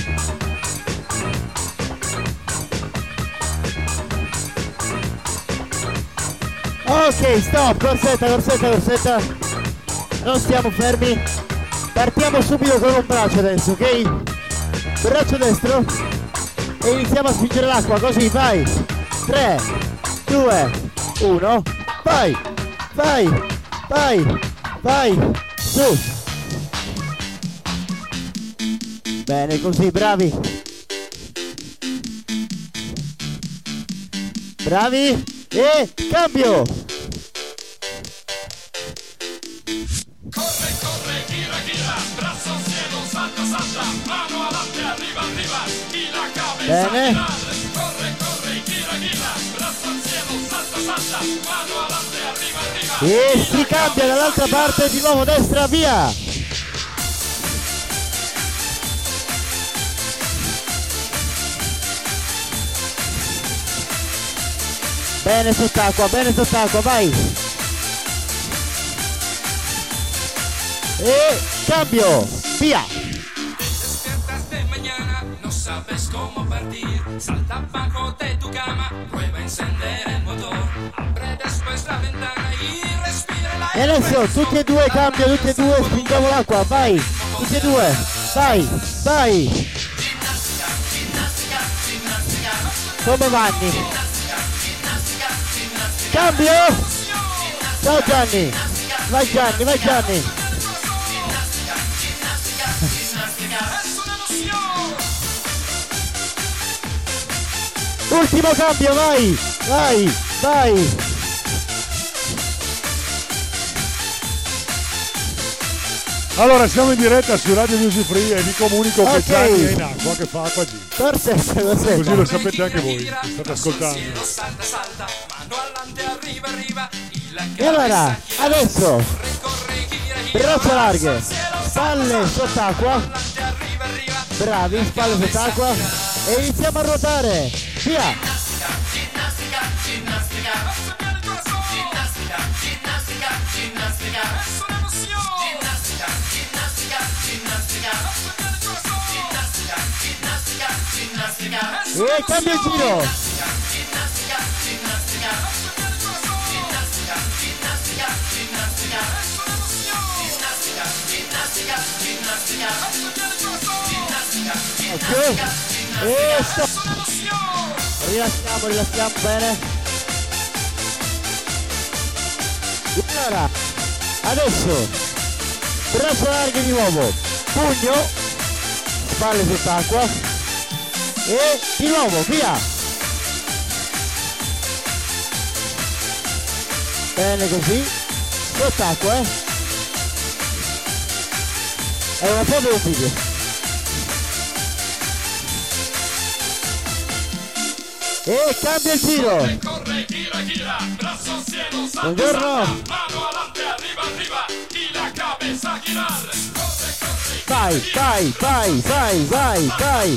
Ok, stop, corsetta. Non stiamo fermi. Partiamo subito con un braccio adesso, ok? Braccio destro. E iniziamo a spingere l'acqua, così, vai. 3, 2, 1, vai. Su. Bene, così, bravi. E cambio. Corre, gira, braccio al cielo, salta, mano avanti, arriva, y la cabeza bene. Corre, gira, braccio al cielo, salta, mano avanti, arriva. E si cambia dall'altra parte, di nuovo destra, via. Bene sott'acqua, vai. E cambio, via. Despertaste mañana, no sabes cómo partir. Salta bajo de tu cama, prueba a encender el motor. Abre después la ventana y respira la. E adesso tutti e due cambio, spingiamo l'acqua, vai. Tutti e due, vai. Come Vanni. Cambio! Ciao Gianni! Vai Gianni! Ultimo cambio, vai! Allora siamo in diretta su Radio Music Free e vi comunico che Ok. Gianni è in acqua, che fa acqua G. Perfetto, Così lo sapete anche voi, state ascoltando. E allora, adesso braccia larghe, spalle sott'acqua, bravi, spalle sott'acqua e iniziamo a ruotare, via! E cambia il giro! Ok, e stop! Rilassiamo bene. Allora, adesso braccia larghe di nuovo, pugno, spalle sott'acqua e di nuovo, via! Bene così, sott'acqua, è una foto di un video. E cambia il giro. Corre, gira, brazo al cielo, salta, Buongiorno. salta, mano adelante, arriba, y la cabeza a girar. Corre, Vai.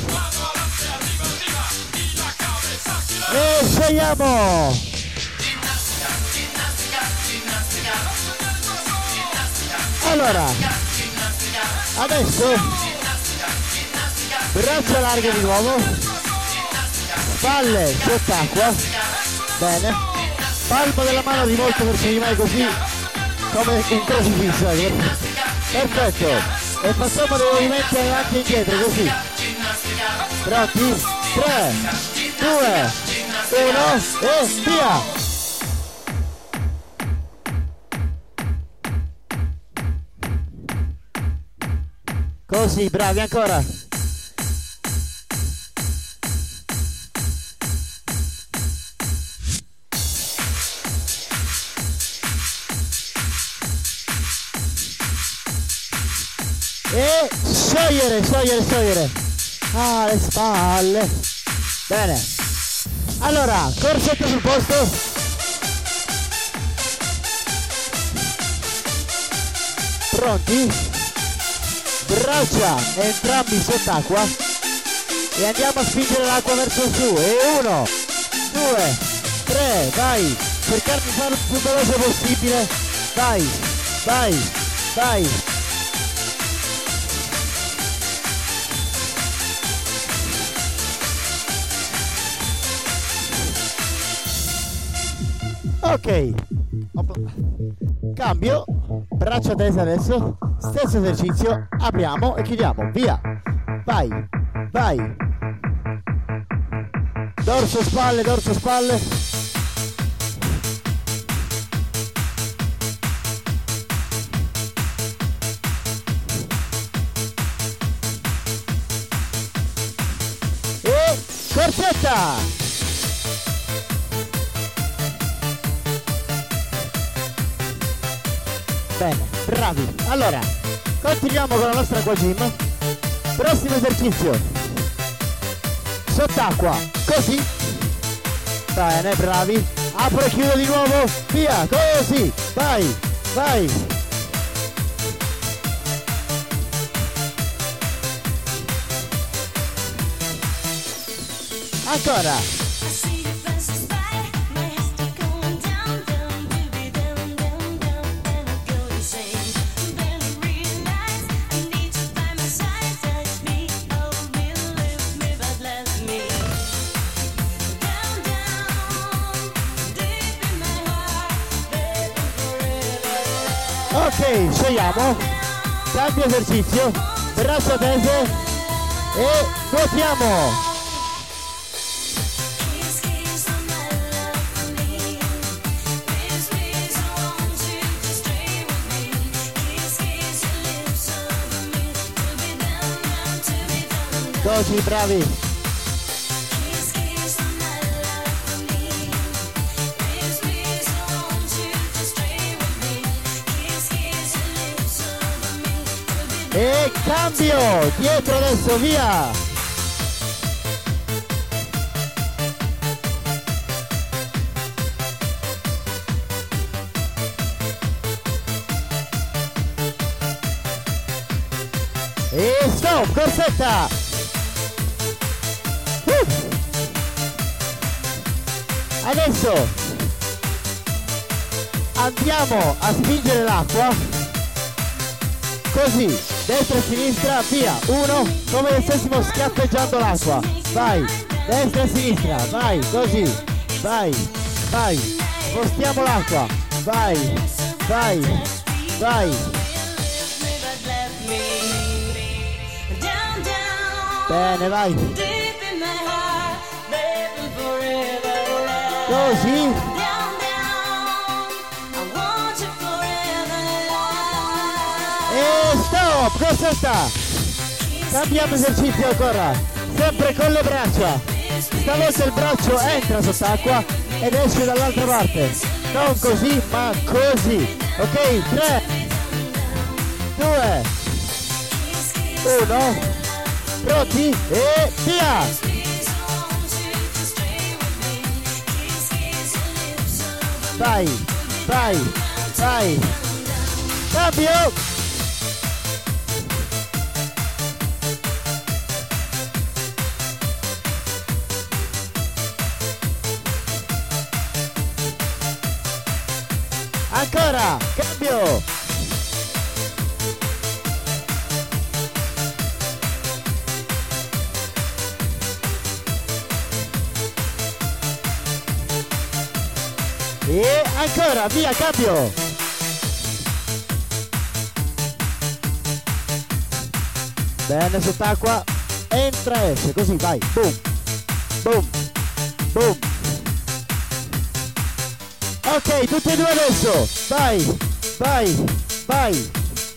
E scegliamo. Allora, adesso braccia larghe di nuovo. Spalle sott'acqua, bene, palmo della mano rivolto verso di me così come un crocifisso, perfetto, e facciamo dei movimenti avanti e indietro così, pronti? 3, 2, 1 e via! Così, bravi ancora! E sciogliere alle spalle, bene, allora corsetto sul posto, pronti, braccia entrambi sott'acqua e andiamo a spingere l'acqua verso su, e 1, 2, 3, vai, cercare di farlo il più veloce possibile, vai. Ok, cambio, braccia tese adesso, stesso esercizio, apriamo e chiudiamo, via, vai, dorso spalle, e corsetta! Bene, bravi. Allora, continuiamo con la nostra acqua gym. Prossimo esercizio. Sott'acqua, così. Bene, bravi. Apro e chiudo di nuovo. Via, così. Vai. Ancora. Ok, scegliamo, cambio esercizio, braccia tese e nuotiamo. Così, bravi. E cambio, dietro adesso, via. E stop, corsetta. Adesso andiamo a spingere l'acqua, così, destra e sinistra, via, 1, come se stessimo schiaffeggiando l'acqua, vai, destra e sinistra, vai, così, vai, vai, spostiamo l'acqua, vai, vai, vai. Bene, vai. Così. E stop, corsetta. Cambiamo esercizio ancora, sempre con le braccia. Stavolta il braccio entra sott'acqua ed esce dall'altra parte, non così ma così. Ok, 3, 2, 1, pronti e via. Vai, vai, vai. Cambio. Ancora, cambio. E ancora, via, cambio. Bene, sott'acqua, entra, esce, così, vai, boom, boom, boom. Ok, tutti e due adesso, vai, vai, vai.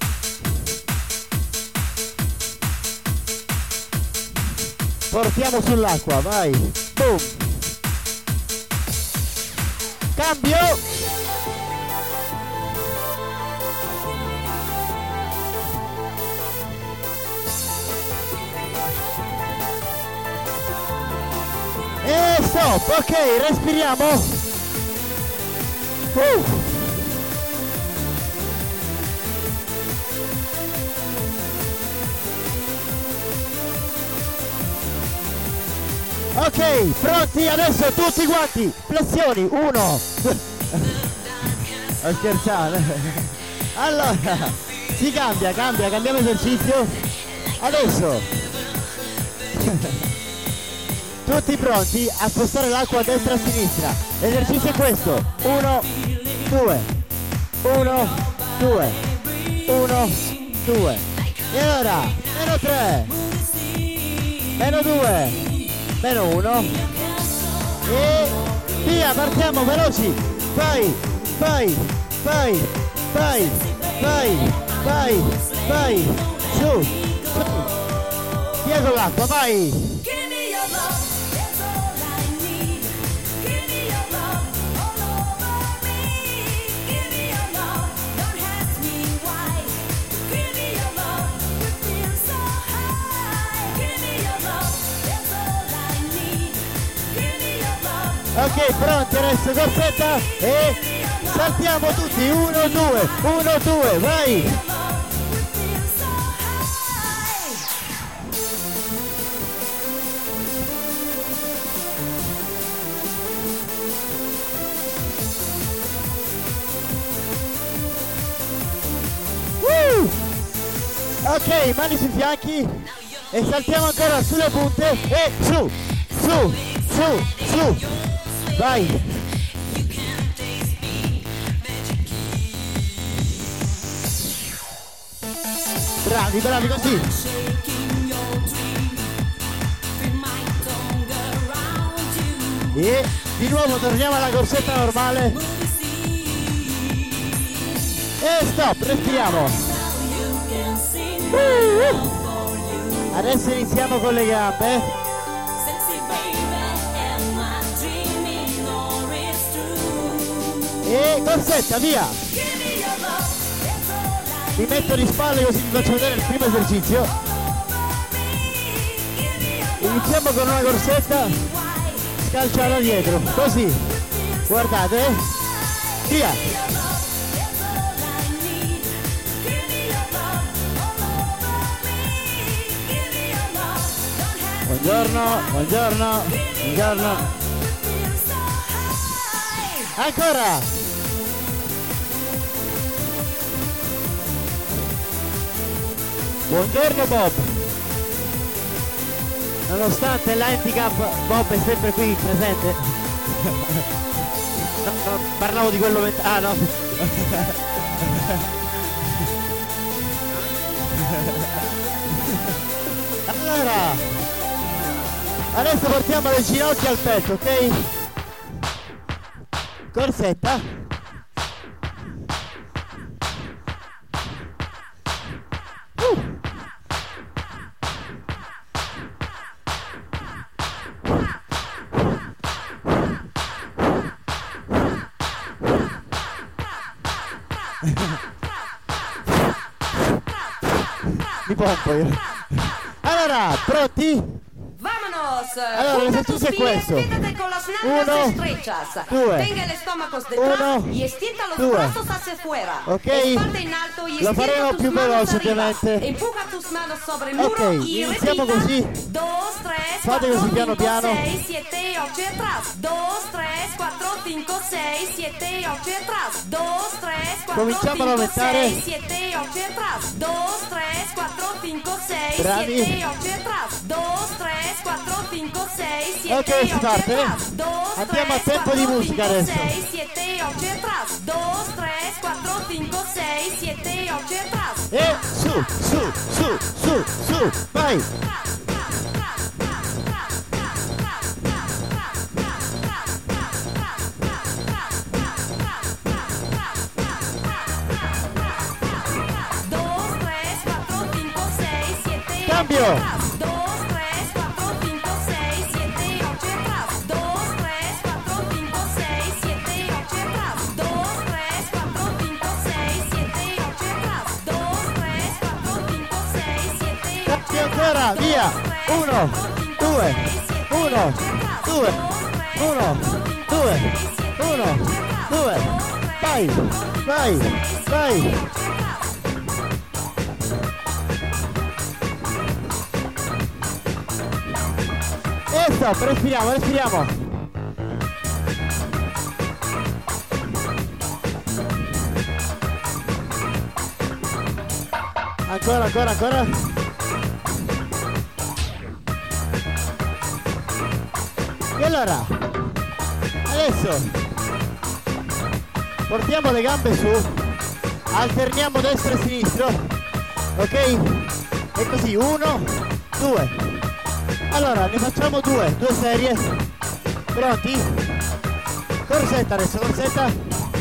Portiamo sull'acqua, vai, boom. Cambio. E stop, ok, respiriamo. Ok, pronti? Adesso tutti quanti, flessioni, 1. Ho scherzato. Allora, si cambiamo esercizio. Adesso tutti pronti a spostare l'acqua a destra e a sinistra. L'esercizio è questo. 1, 2, 1, 2, 1, 2. E ora, meno 3, meno 2, meno 1. E via, partiamo veloci. Vai, vai, vai, vai, vai, vai, vai. Su, su. Via con l'acqua, vai. Ok, pronti adesso, corsetta e saltiamo tutti, 1, 2, 1, 2, vai! Ok, mani sui fianchi e saltiamo ancora sulle punte e su, su, su, su! Vai! Bravi, bravi così! E di nuovo torniamo alla corsetta normale. E stop, respiriamo. Adesso iniziamo con le gambe. E corsetta, via! Mi metto di spalle così vi faccio vedere il primo esercizio. Iniziamo con una corsetta scalciata dietro, così, guardate, via. Buongiorno, buongiorno, buongiorno. Ancora. Buongiorno Bob. Nonostante l'handicap, Bob è sempre qui presente. No, parlavo di quello mentale. Ah no. Allora, adesso portiamo le ginocchia al petto, ok? Corsetta. Mi pompo io. Allora, pronti? Vámonos. Allora, l'esercizio è questo. 1, 2, 2, tenga el estómago detrás y extienda los brazos hacia afuera. Ok? Espalda in alto y Lo extienda faremo tus più manos veloce arriba. ovviamente. Empuja tus manos sobre el muro Ok, y iniziamo repita. così. 2, 3, Fate 4, così piano 5, piano. 6, 7, 8 atrás. 2, 3, 4, 5, 6, 7, 8 atrás. 2, 3, 4, Cominciamo a 5, aumentare. 6, 7, 8 atrás. 2, 3, 4, 5, 6, Bravi. 7, 8 atrás. 2, 3, 4, 5, 6, 7, Ok, si 8 parte. atrás. 2, Andiamo a 3, tempo di 4, musica 5, adesso. 6, 7, 8 atrás. 2, 3, 4, 5, 6, 7, 8 atrás. E su, su, su, su, su, vai. Cambio. 2, 3, 4, 5, 6, 7, 8 atrás. 2, 3, 4, 5, 6, 7, 8 atrás. 2, 3, 4, 5, 6, 7, 8 atrás. 2, 3, 4, 5, 6, 7, 8 Cambio ancora, via. 1, 2, 1, 2, 1, 2, 1, 2. Vai, vai, vai. E stop, respiriamo, respiriamo. Ancora, ancora, ancora. E allora, adesso portiamo le gambe su, alterniamo destra e sinistro, ok? E così, 1, 2. Allora, ne facciamo due serie. Pronti? Corsetta adesso, corsetta.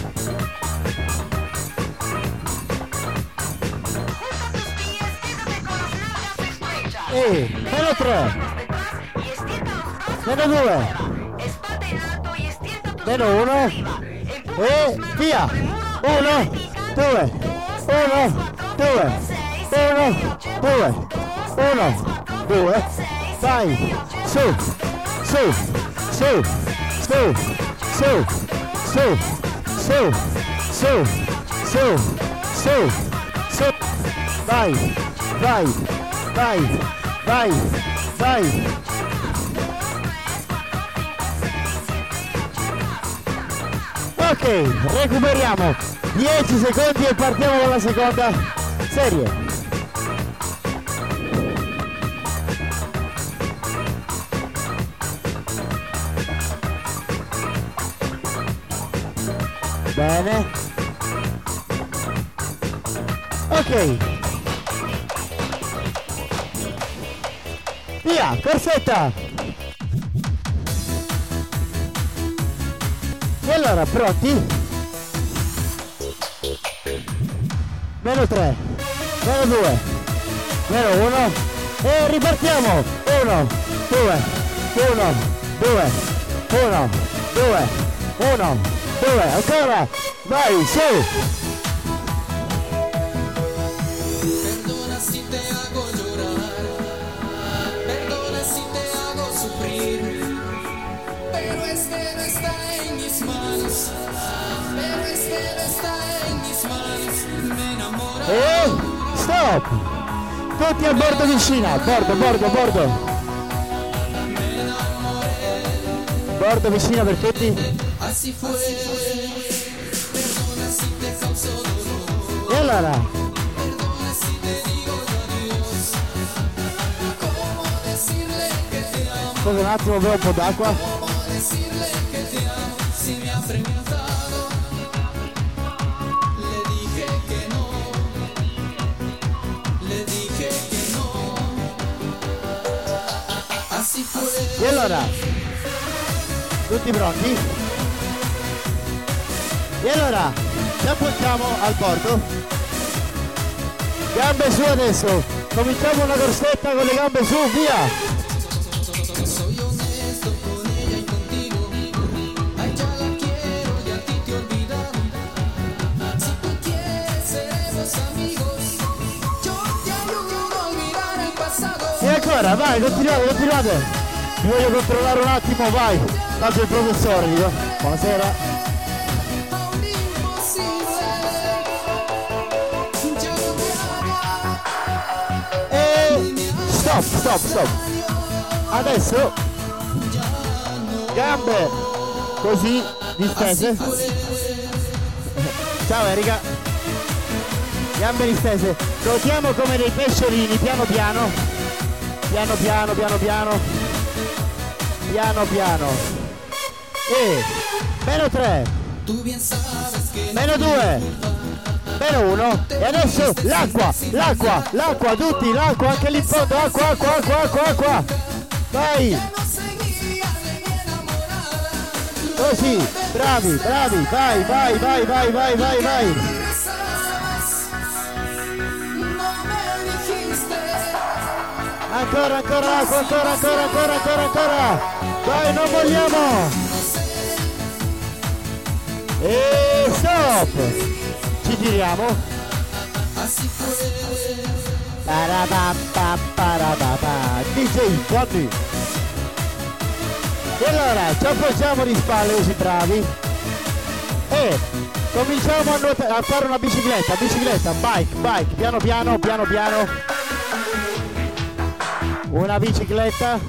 E meno 3. Meno 2. Meno 1. E via. 1, 2. 1, 2. 1, 2. 1, 2. Vai, su, su, su, su, su, su, su, su, su, su, su, vai, vai, vai, vai, vai. Ok, recuperiamo 10 secondi e partiamo con la seconda serie. Bene. Ok. Via, corsetta. E allora, pronti? Meno 3, meno 2, meno 1 e ripartiamo. 1, 2, 1, 2, 1, 2, 1, 2, ancora, vai, su! E stop! Tutti a bordo vicina, bordo. Bordo vicina per tutti. E allora? Scusa un attimo, bevo un po' d'acqua. E allora? Tutti pronti? E allora? Ci appoggiamo al bordo. Gambe su adesso. Cominciamo una corsetta con le gambe su, via! E ancora, vai, continuate! Vi voglio controllare un attimo, vai! Tanto il professore, dico. Buonasera. E stop! Adesso gambe così distese. Ciao Erika. Gambe distese. Rotiamo come dei pesciolini, piano piano. E meno 3, meno 2, meno 1. E adesso l'acqua, tutti, l'acqua, anche lì in fondo, acqua. Vai. Così, bravi, vai. Ancora acqua, vai, non vogliamo. E stop. Ci giriamo. DJ Johnny. E allora ci appoggiamo di spalle così bravi. E cominciamo a fare una bicicletta, bike, piano. Una bicicletta.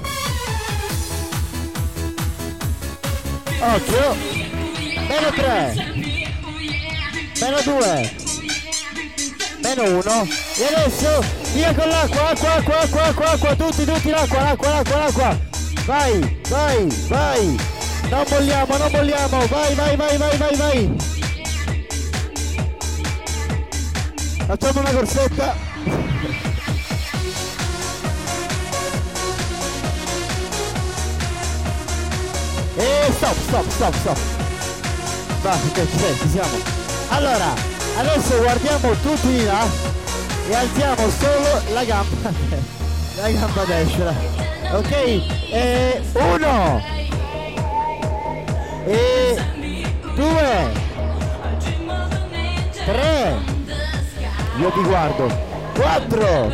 Occhio. Meno 3. Meno 2. Meno 1. E adesso via con l'acqua. Tutti l'acqua. Vai. Non molliamo. Vai. Facciamo una corsetta. E stop. Va, ok, ci siamo. Allora, adesso guardiamo tutti di là e alziamo solo la gamba destra. Ok? E 1 e 2 3. Io ti guardo. 4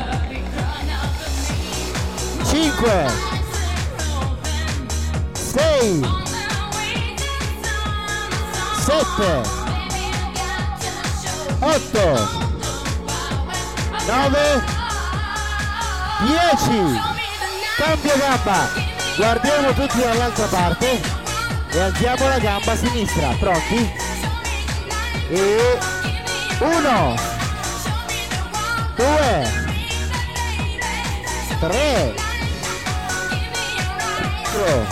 5 6 7 8 9 10. Cambio gamba. Guardiamo tutti dall'altra parte e alziamo la gamba sinistra. Pronti? E 1 2 3 4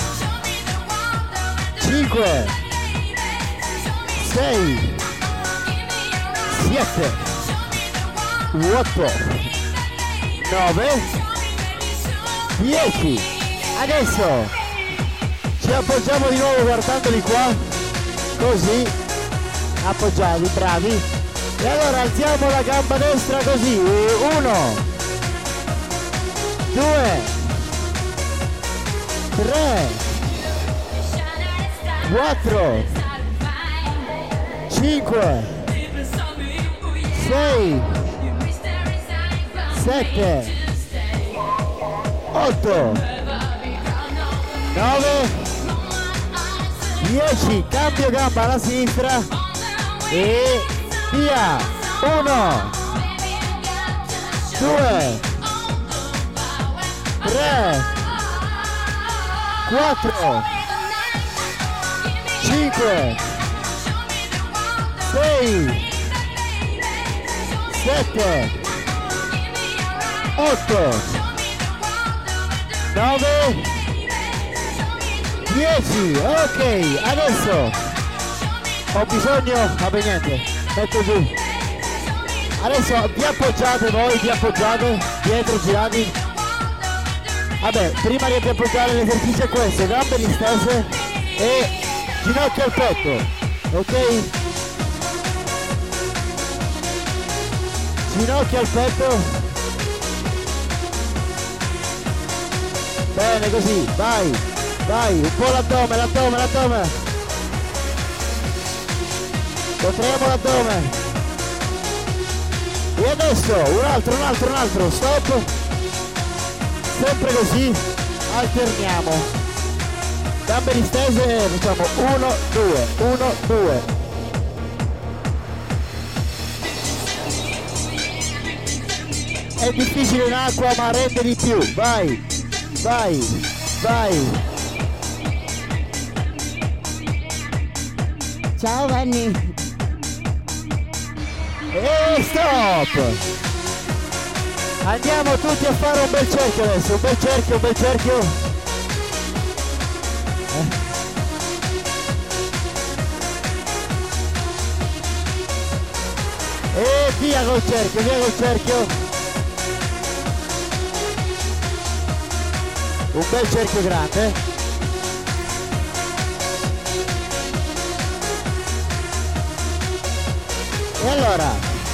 5 6 7 8 9 10. Adesso ci appoggiamo di nuovo guardandoli qua, così, appoggiati, bravi. E allora alziamo la gamba destra così. 1 2 3 4 5 6 7 8 9 10. Cambio gamba alla sinistra E via. 1, 2, 3, 4, 5, 6, 7, 8, 9, 10. Ok, adesso ho bisogno, vabbè niente, metto giù. Adesso vi appoggiate voi, vi appoggiate dietro, girati. Vabbè, prima di appoggiare l'esercizio è questo, gambe distese e ginocchio al petto, ok? Ginocchio al petto. Bene così, vai, vai, un po' l'addome, l'addome, l'addome. Potremo l'addome. E adesso un altro, stop. Sempre così, alterniamo. Gambe distese, facciamo 1, 2, 1, 2. È difficile in acqua ma rende di più, vai, vai, vai. Ciao Vanni. E stop! Andiamo tutti a fare un bel cerchio adesso, un bel cerchio, un bel cerchio. E via col cerchio, via col cerchio. Un bel cerchio grande. E allora,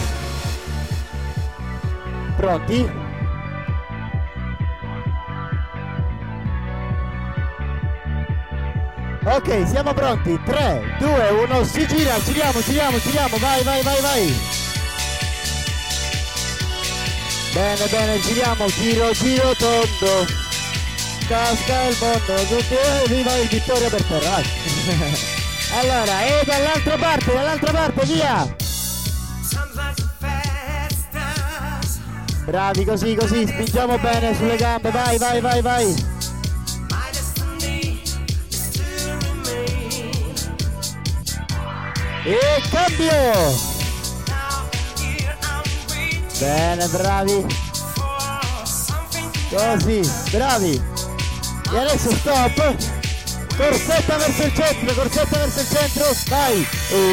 pronti? Ok, siamo pronti. 3, 2, 1, si gira, giriamo, giriamo, giriamo, vai, vai, vai, vai. Bene, bene, giriamo, giro, giro tondo. Casca il mondo, viva il Vittoria per terra, vai. Allora, e dall'altra parte, via. Bravi, così, così, spingiamo bene sulle gambe, vai, vai, vai, vai. E cambio! Bene, bravi. Così, bravi. E adesso stop. Corsetta verso il centro, corsetta verso il centro, vai.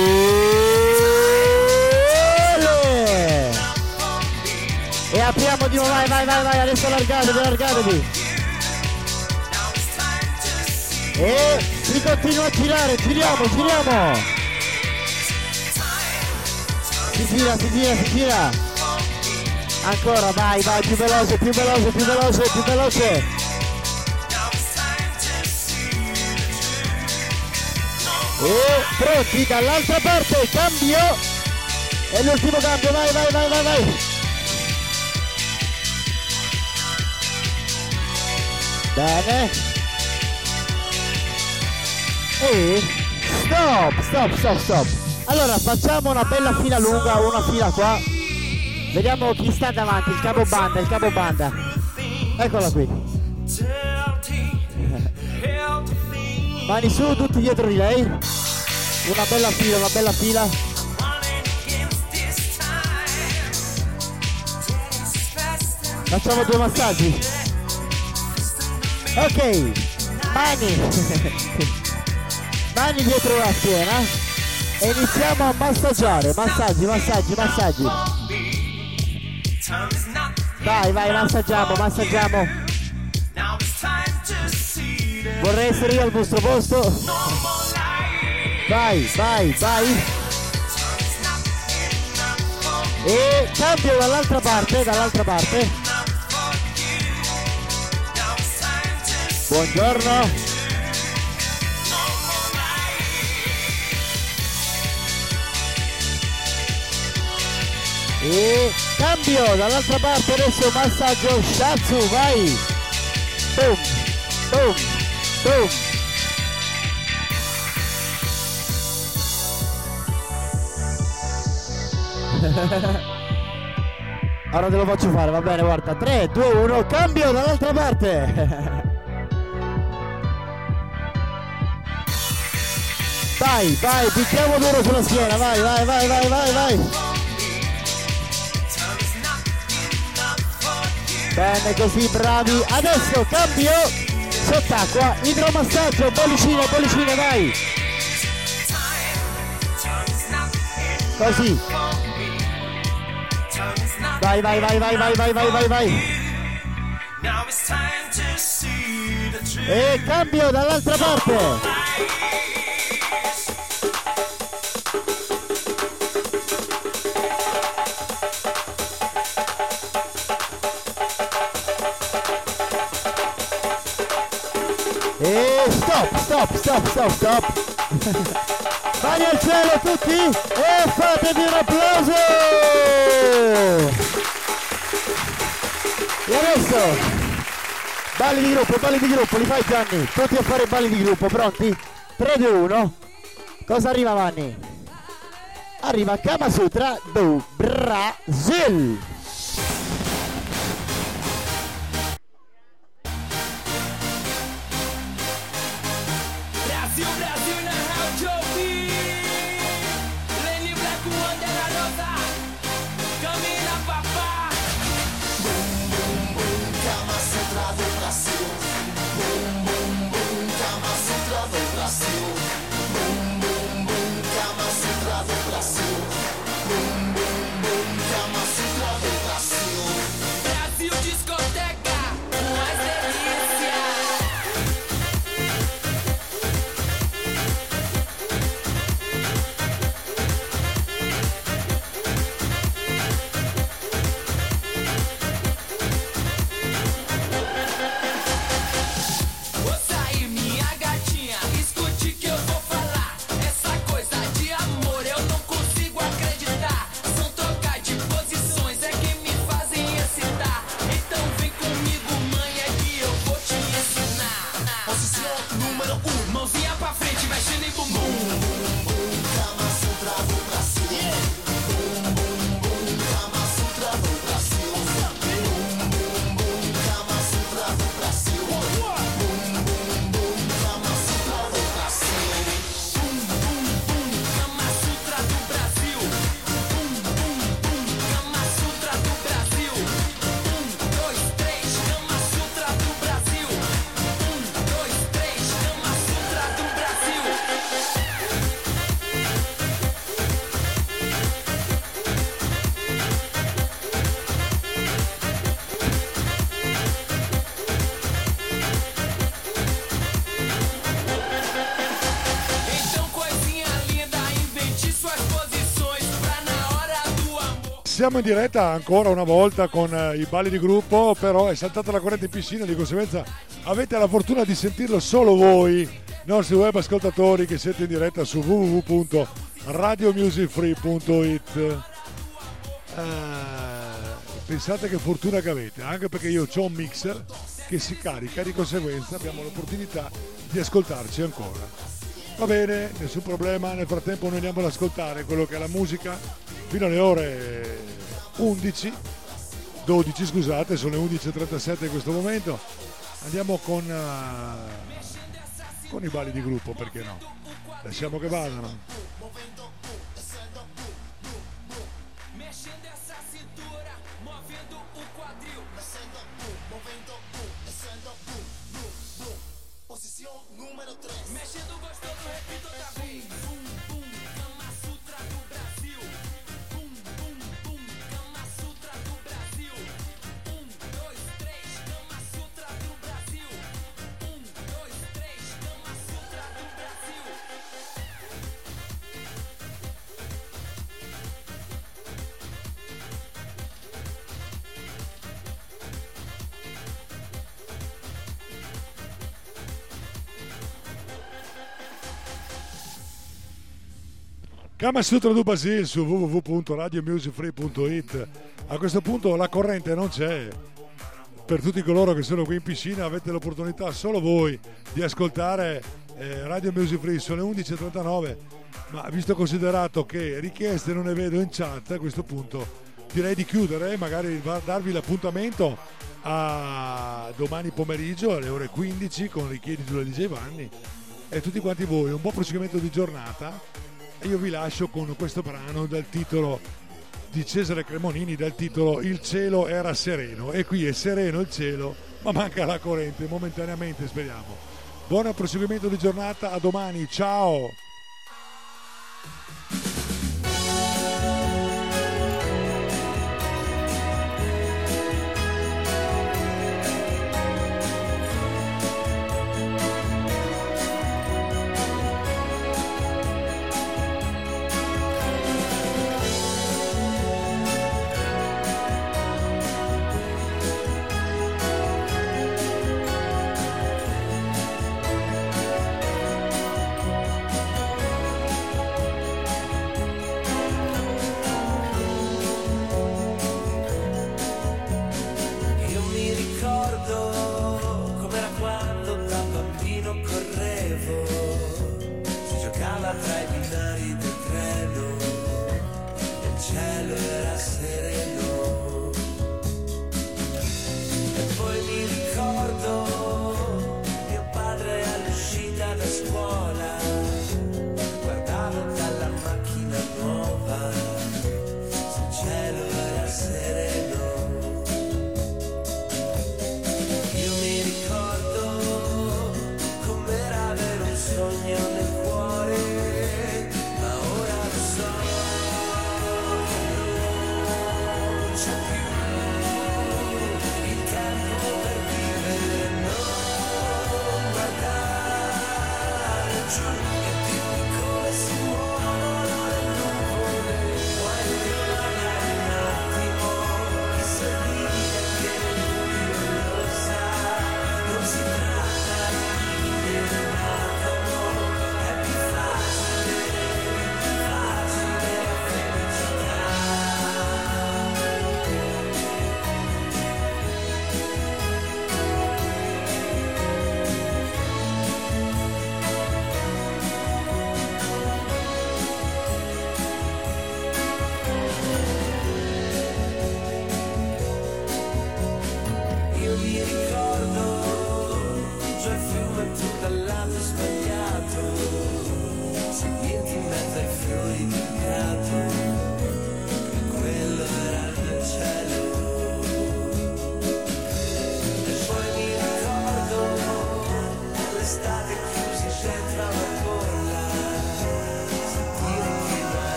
E apriamo di nuovo, vai, vai, vai, vai, adesso allargatevi, allargatevi. E si continua a girare, giriamo, giriamo. Si gira, si gira, si gira. Ancora, vai, vai, più veloce, più veloce, più veloce, più veloce. E pronti, dall'altra parte, cambio. E l'ultimo cambio, vai, vai, vai, vai, vai. Bene. E stop, stop, stop, stop. Allora facciamo una bella fila lunga, una fila qua. Vediamo chi sta davanti, il capobanda, il capobanda. Eccola qui. Mani su, tutti dietro di lei. Una bella fila, una bella fila. Facciamo 2 massaggi. Ok, mani. Mani dietro la schiena. E iniziamo a massaggiare, massaggi, massaggi, massaggi. Vai, vai, massaggiamo, massaggiamo. Vorrei essere io al vostro posto. Vai, vai, vai. E cambio dall'altra parte, dall'altra parte. Buongiorno. E cambio dall'altra parte, adesso massaggio Shatsu, vai. Boom, boom, boom. Ora te lo faccio fare, va bene, guarda. 3, 2, 1, cambio dall'altra parte. Vai, vai, picchiamo duro sulla schiena, vai, vai, vai, vai, vai, vai. Bene così, bravi. Adesso cambio sott'acqua, idromassaggio, bollicine, bollicine, vai. Così. Vai, vai, vai, vai, vai, vai, vai, vai, vai. E cambio dall'altra parte. E stop. Mani al cielo tutti e fatevi un applauso. E adesso balli di gruppo, li fai Gianni, tutti a fare balli di gruppo, pronti? 3, 2, 1. Cosa arriva Vanni? Arriva Kama Sutra do Brasil. Siamo in diretta ancora una volta con i balli di gruppo, però è saltata la corrente in piscina, di conseguenza avete la fortuna di sentirlo solo voi, i nostri web ascoltatori che siete in diretta su www.radiomusicfree.it. Pensate che fortuna che avete, anche perché io ho un mixer che si carica, di conseguenza abbiamo l'opportunità di ascoltarci ancora. Va bene, nessun problema, nel frattempo noi andiamo ad ascoltare quello che è la musica fino alle ore 12 scusate, sono le 11.37 in questo momento. Andiamo con i balli di gruppo, perché no? Lasciamo che vadano. Kama Sutra do Brasil su www.radiomusicfree.it. A questo punto la corrente non c'è, per tutti coloro che sono qui in piscina, avete l'opportunità solo voi di ascoltare Radio Music Free. Sono le 11.39, ma visto considerato che richieste non ne vedo in chat, a questo punto direi di chiudere e magari darvi l'appuntamento a domani pomeriggio alle ore 15 con Richiedi sulla DJ Vanni e tutti quanti voi. Un buon proseguimento di giornata e io vi lascio con questo brano dal titolo di Cesare Cremonini, dal titolo Il cielo era sereno, e qui è sereno il cielo ma manca la corrente momentaneamente, speriamo. Buon proseguimento di giornata, a domani, ciao.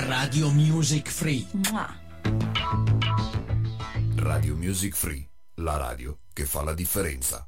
Radio Music Free. Radio Music Free, la radio che fa la differenza.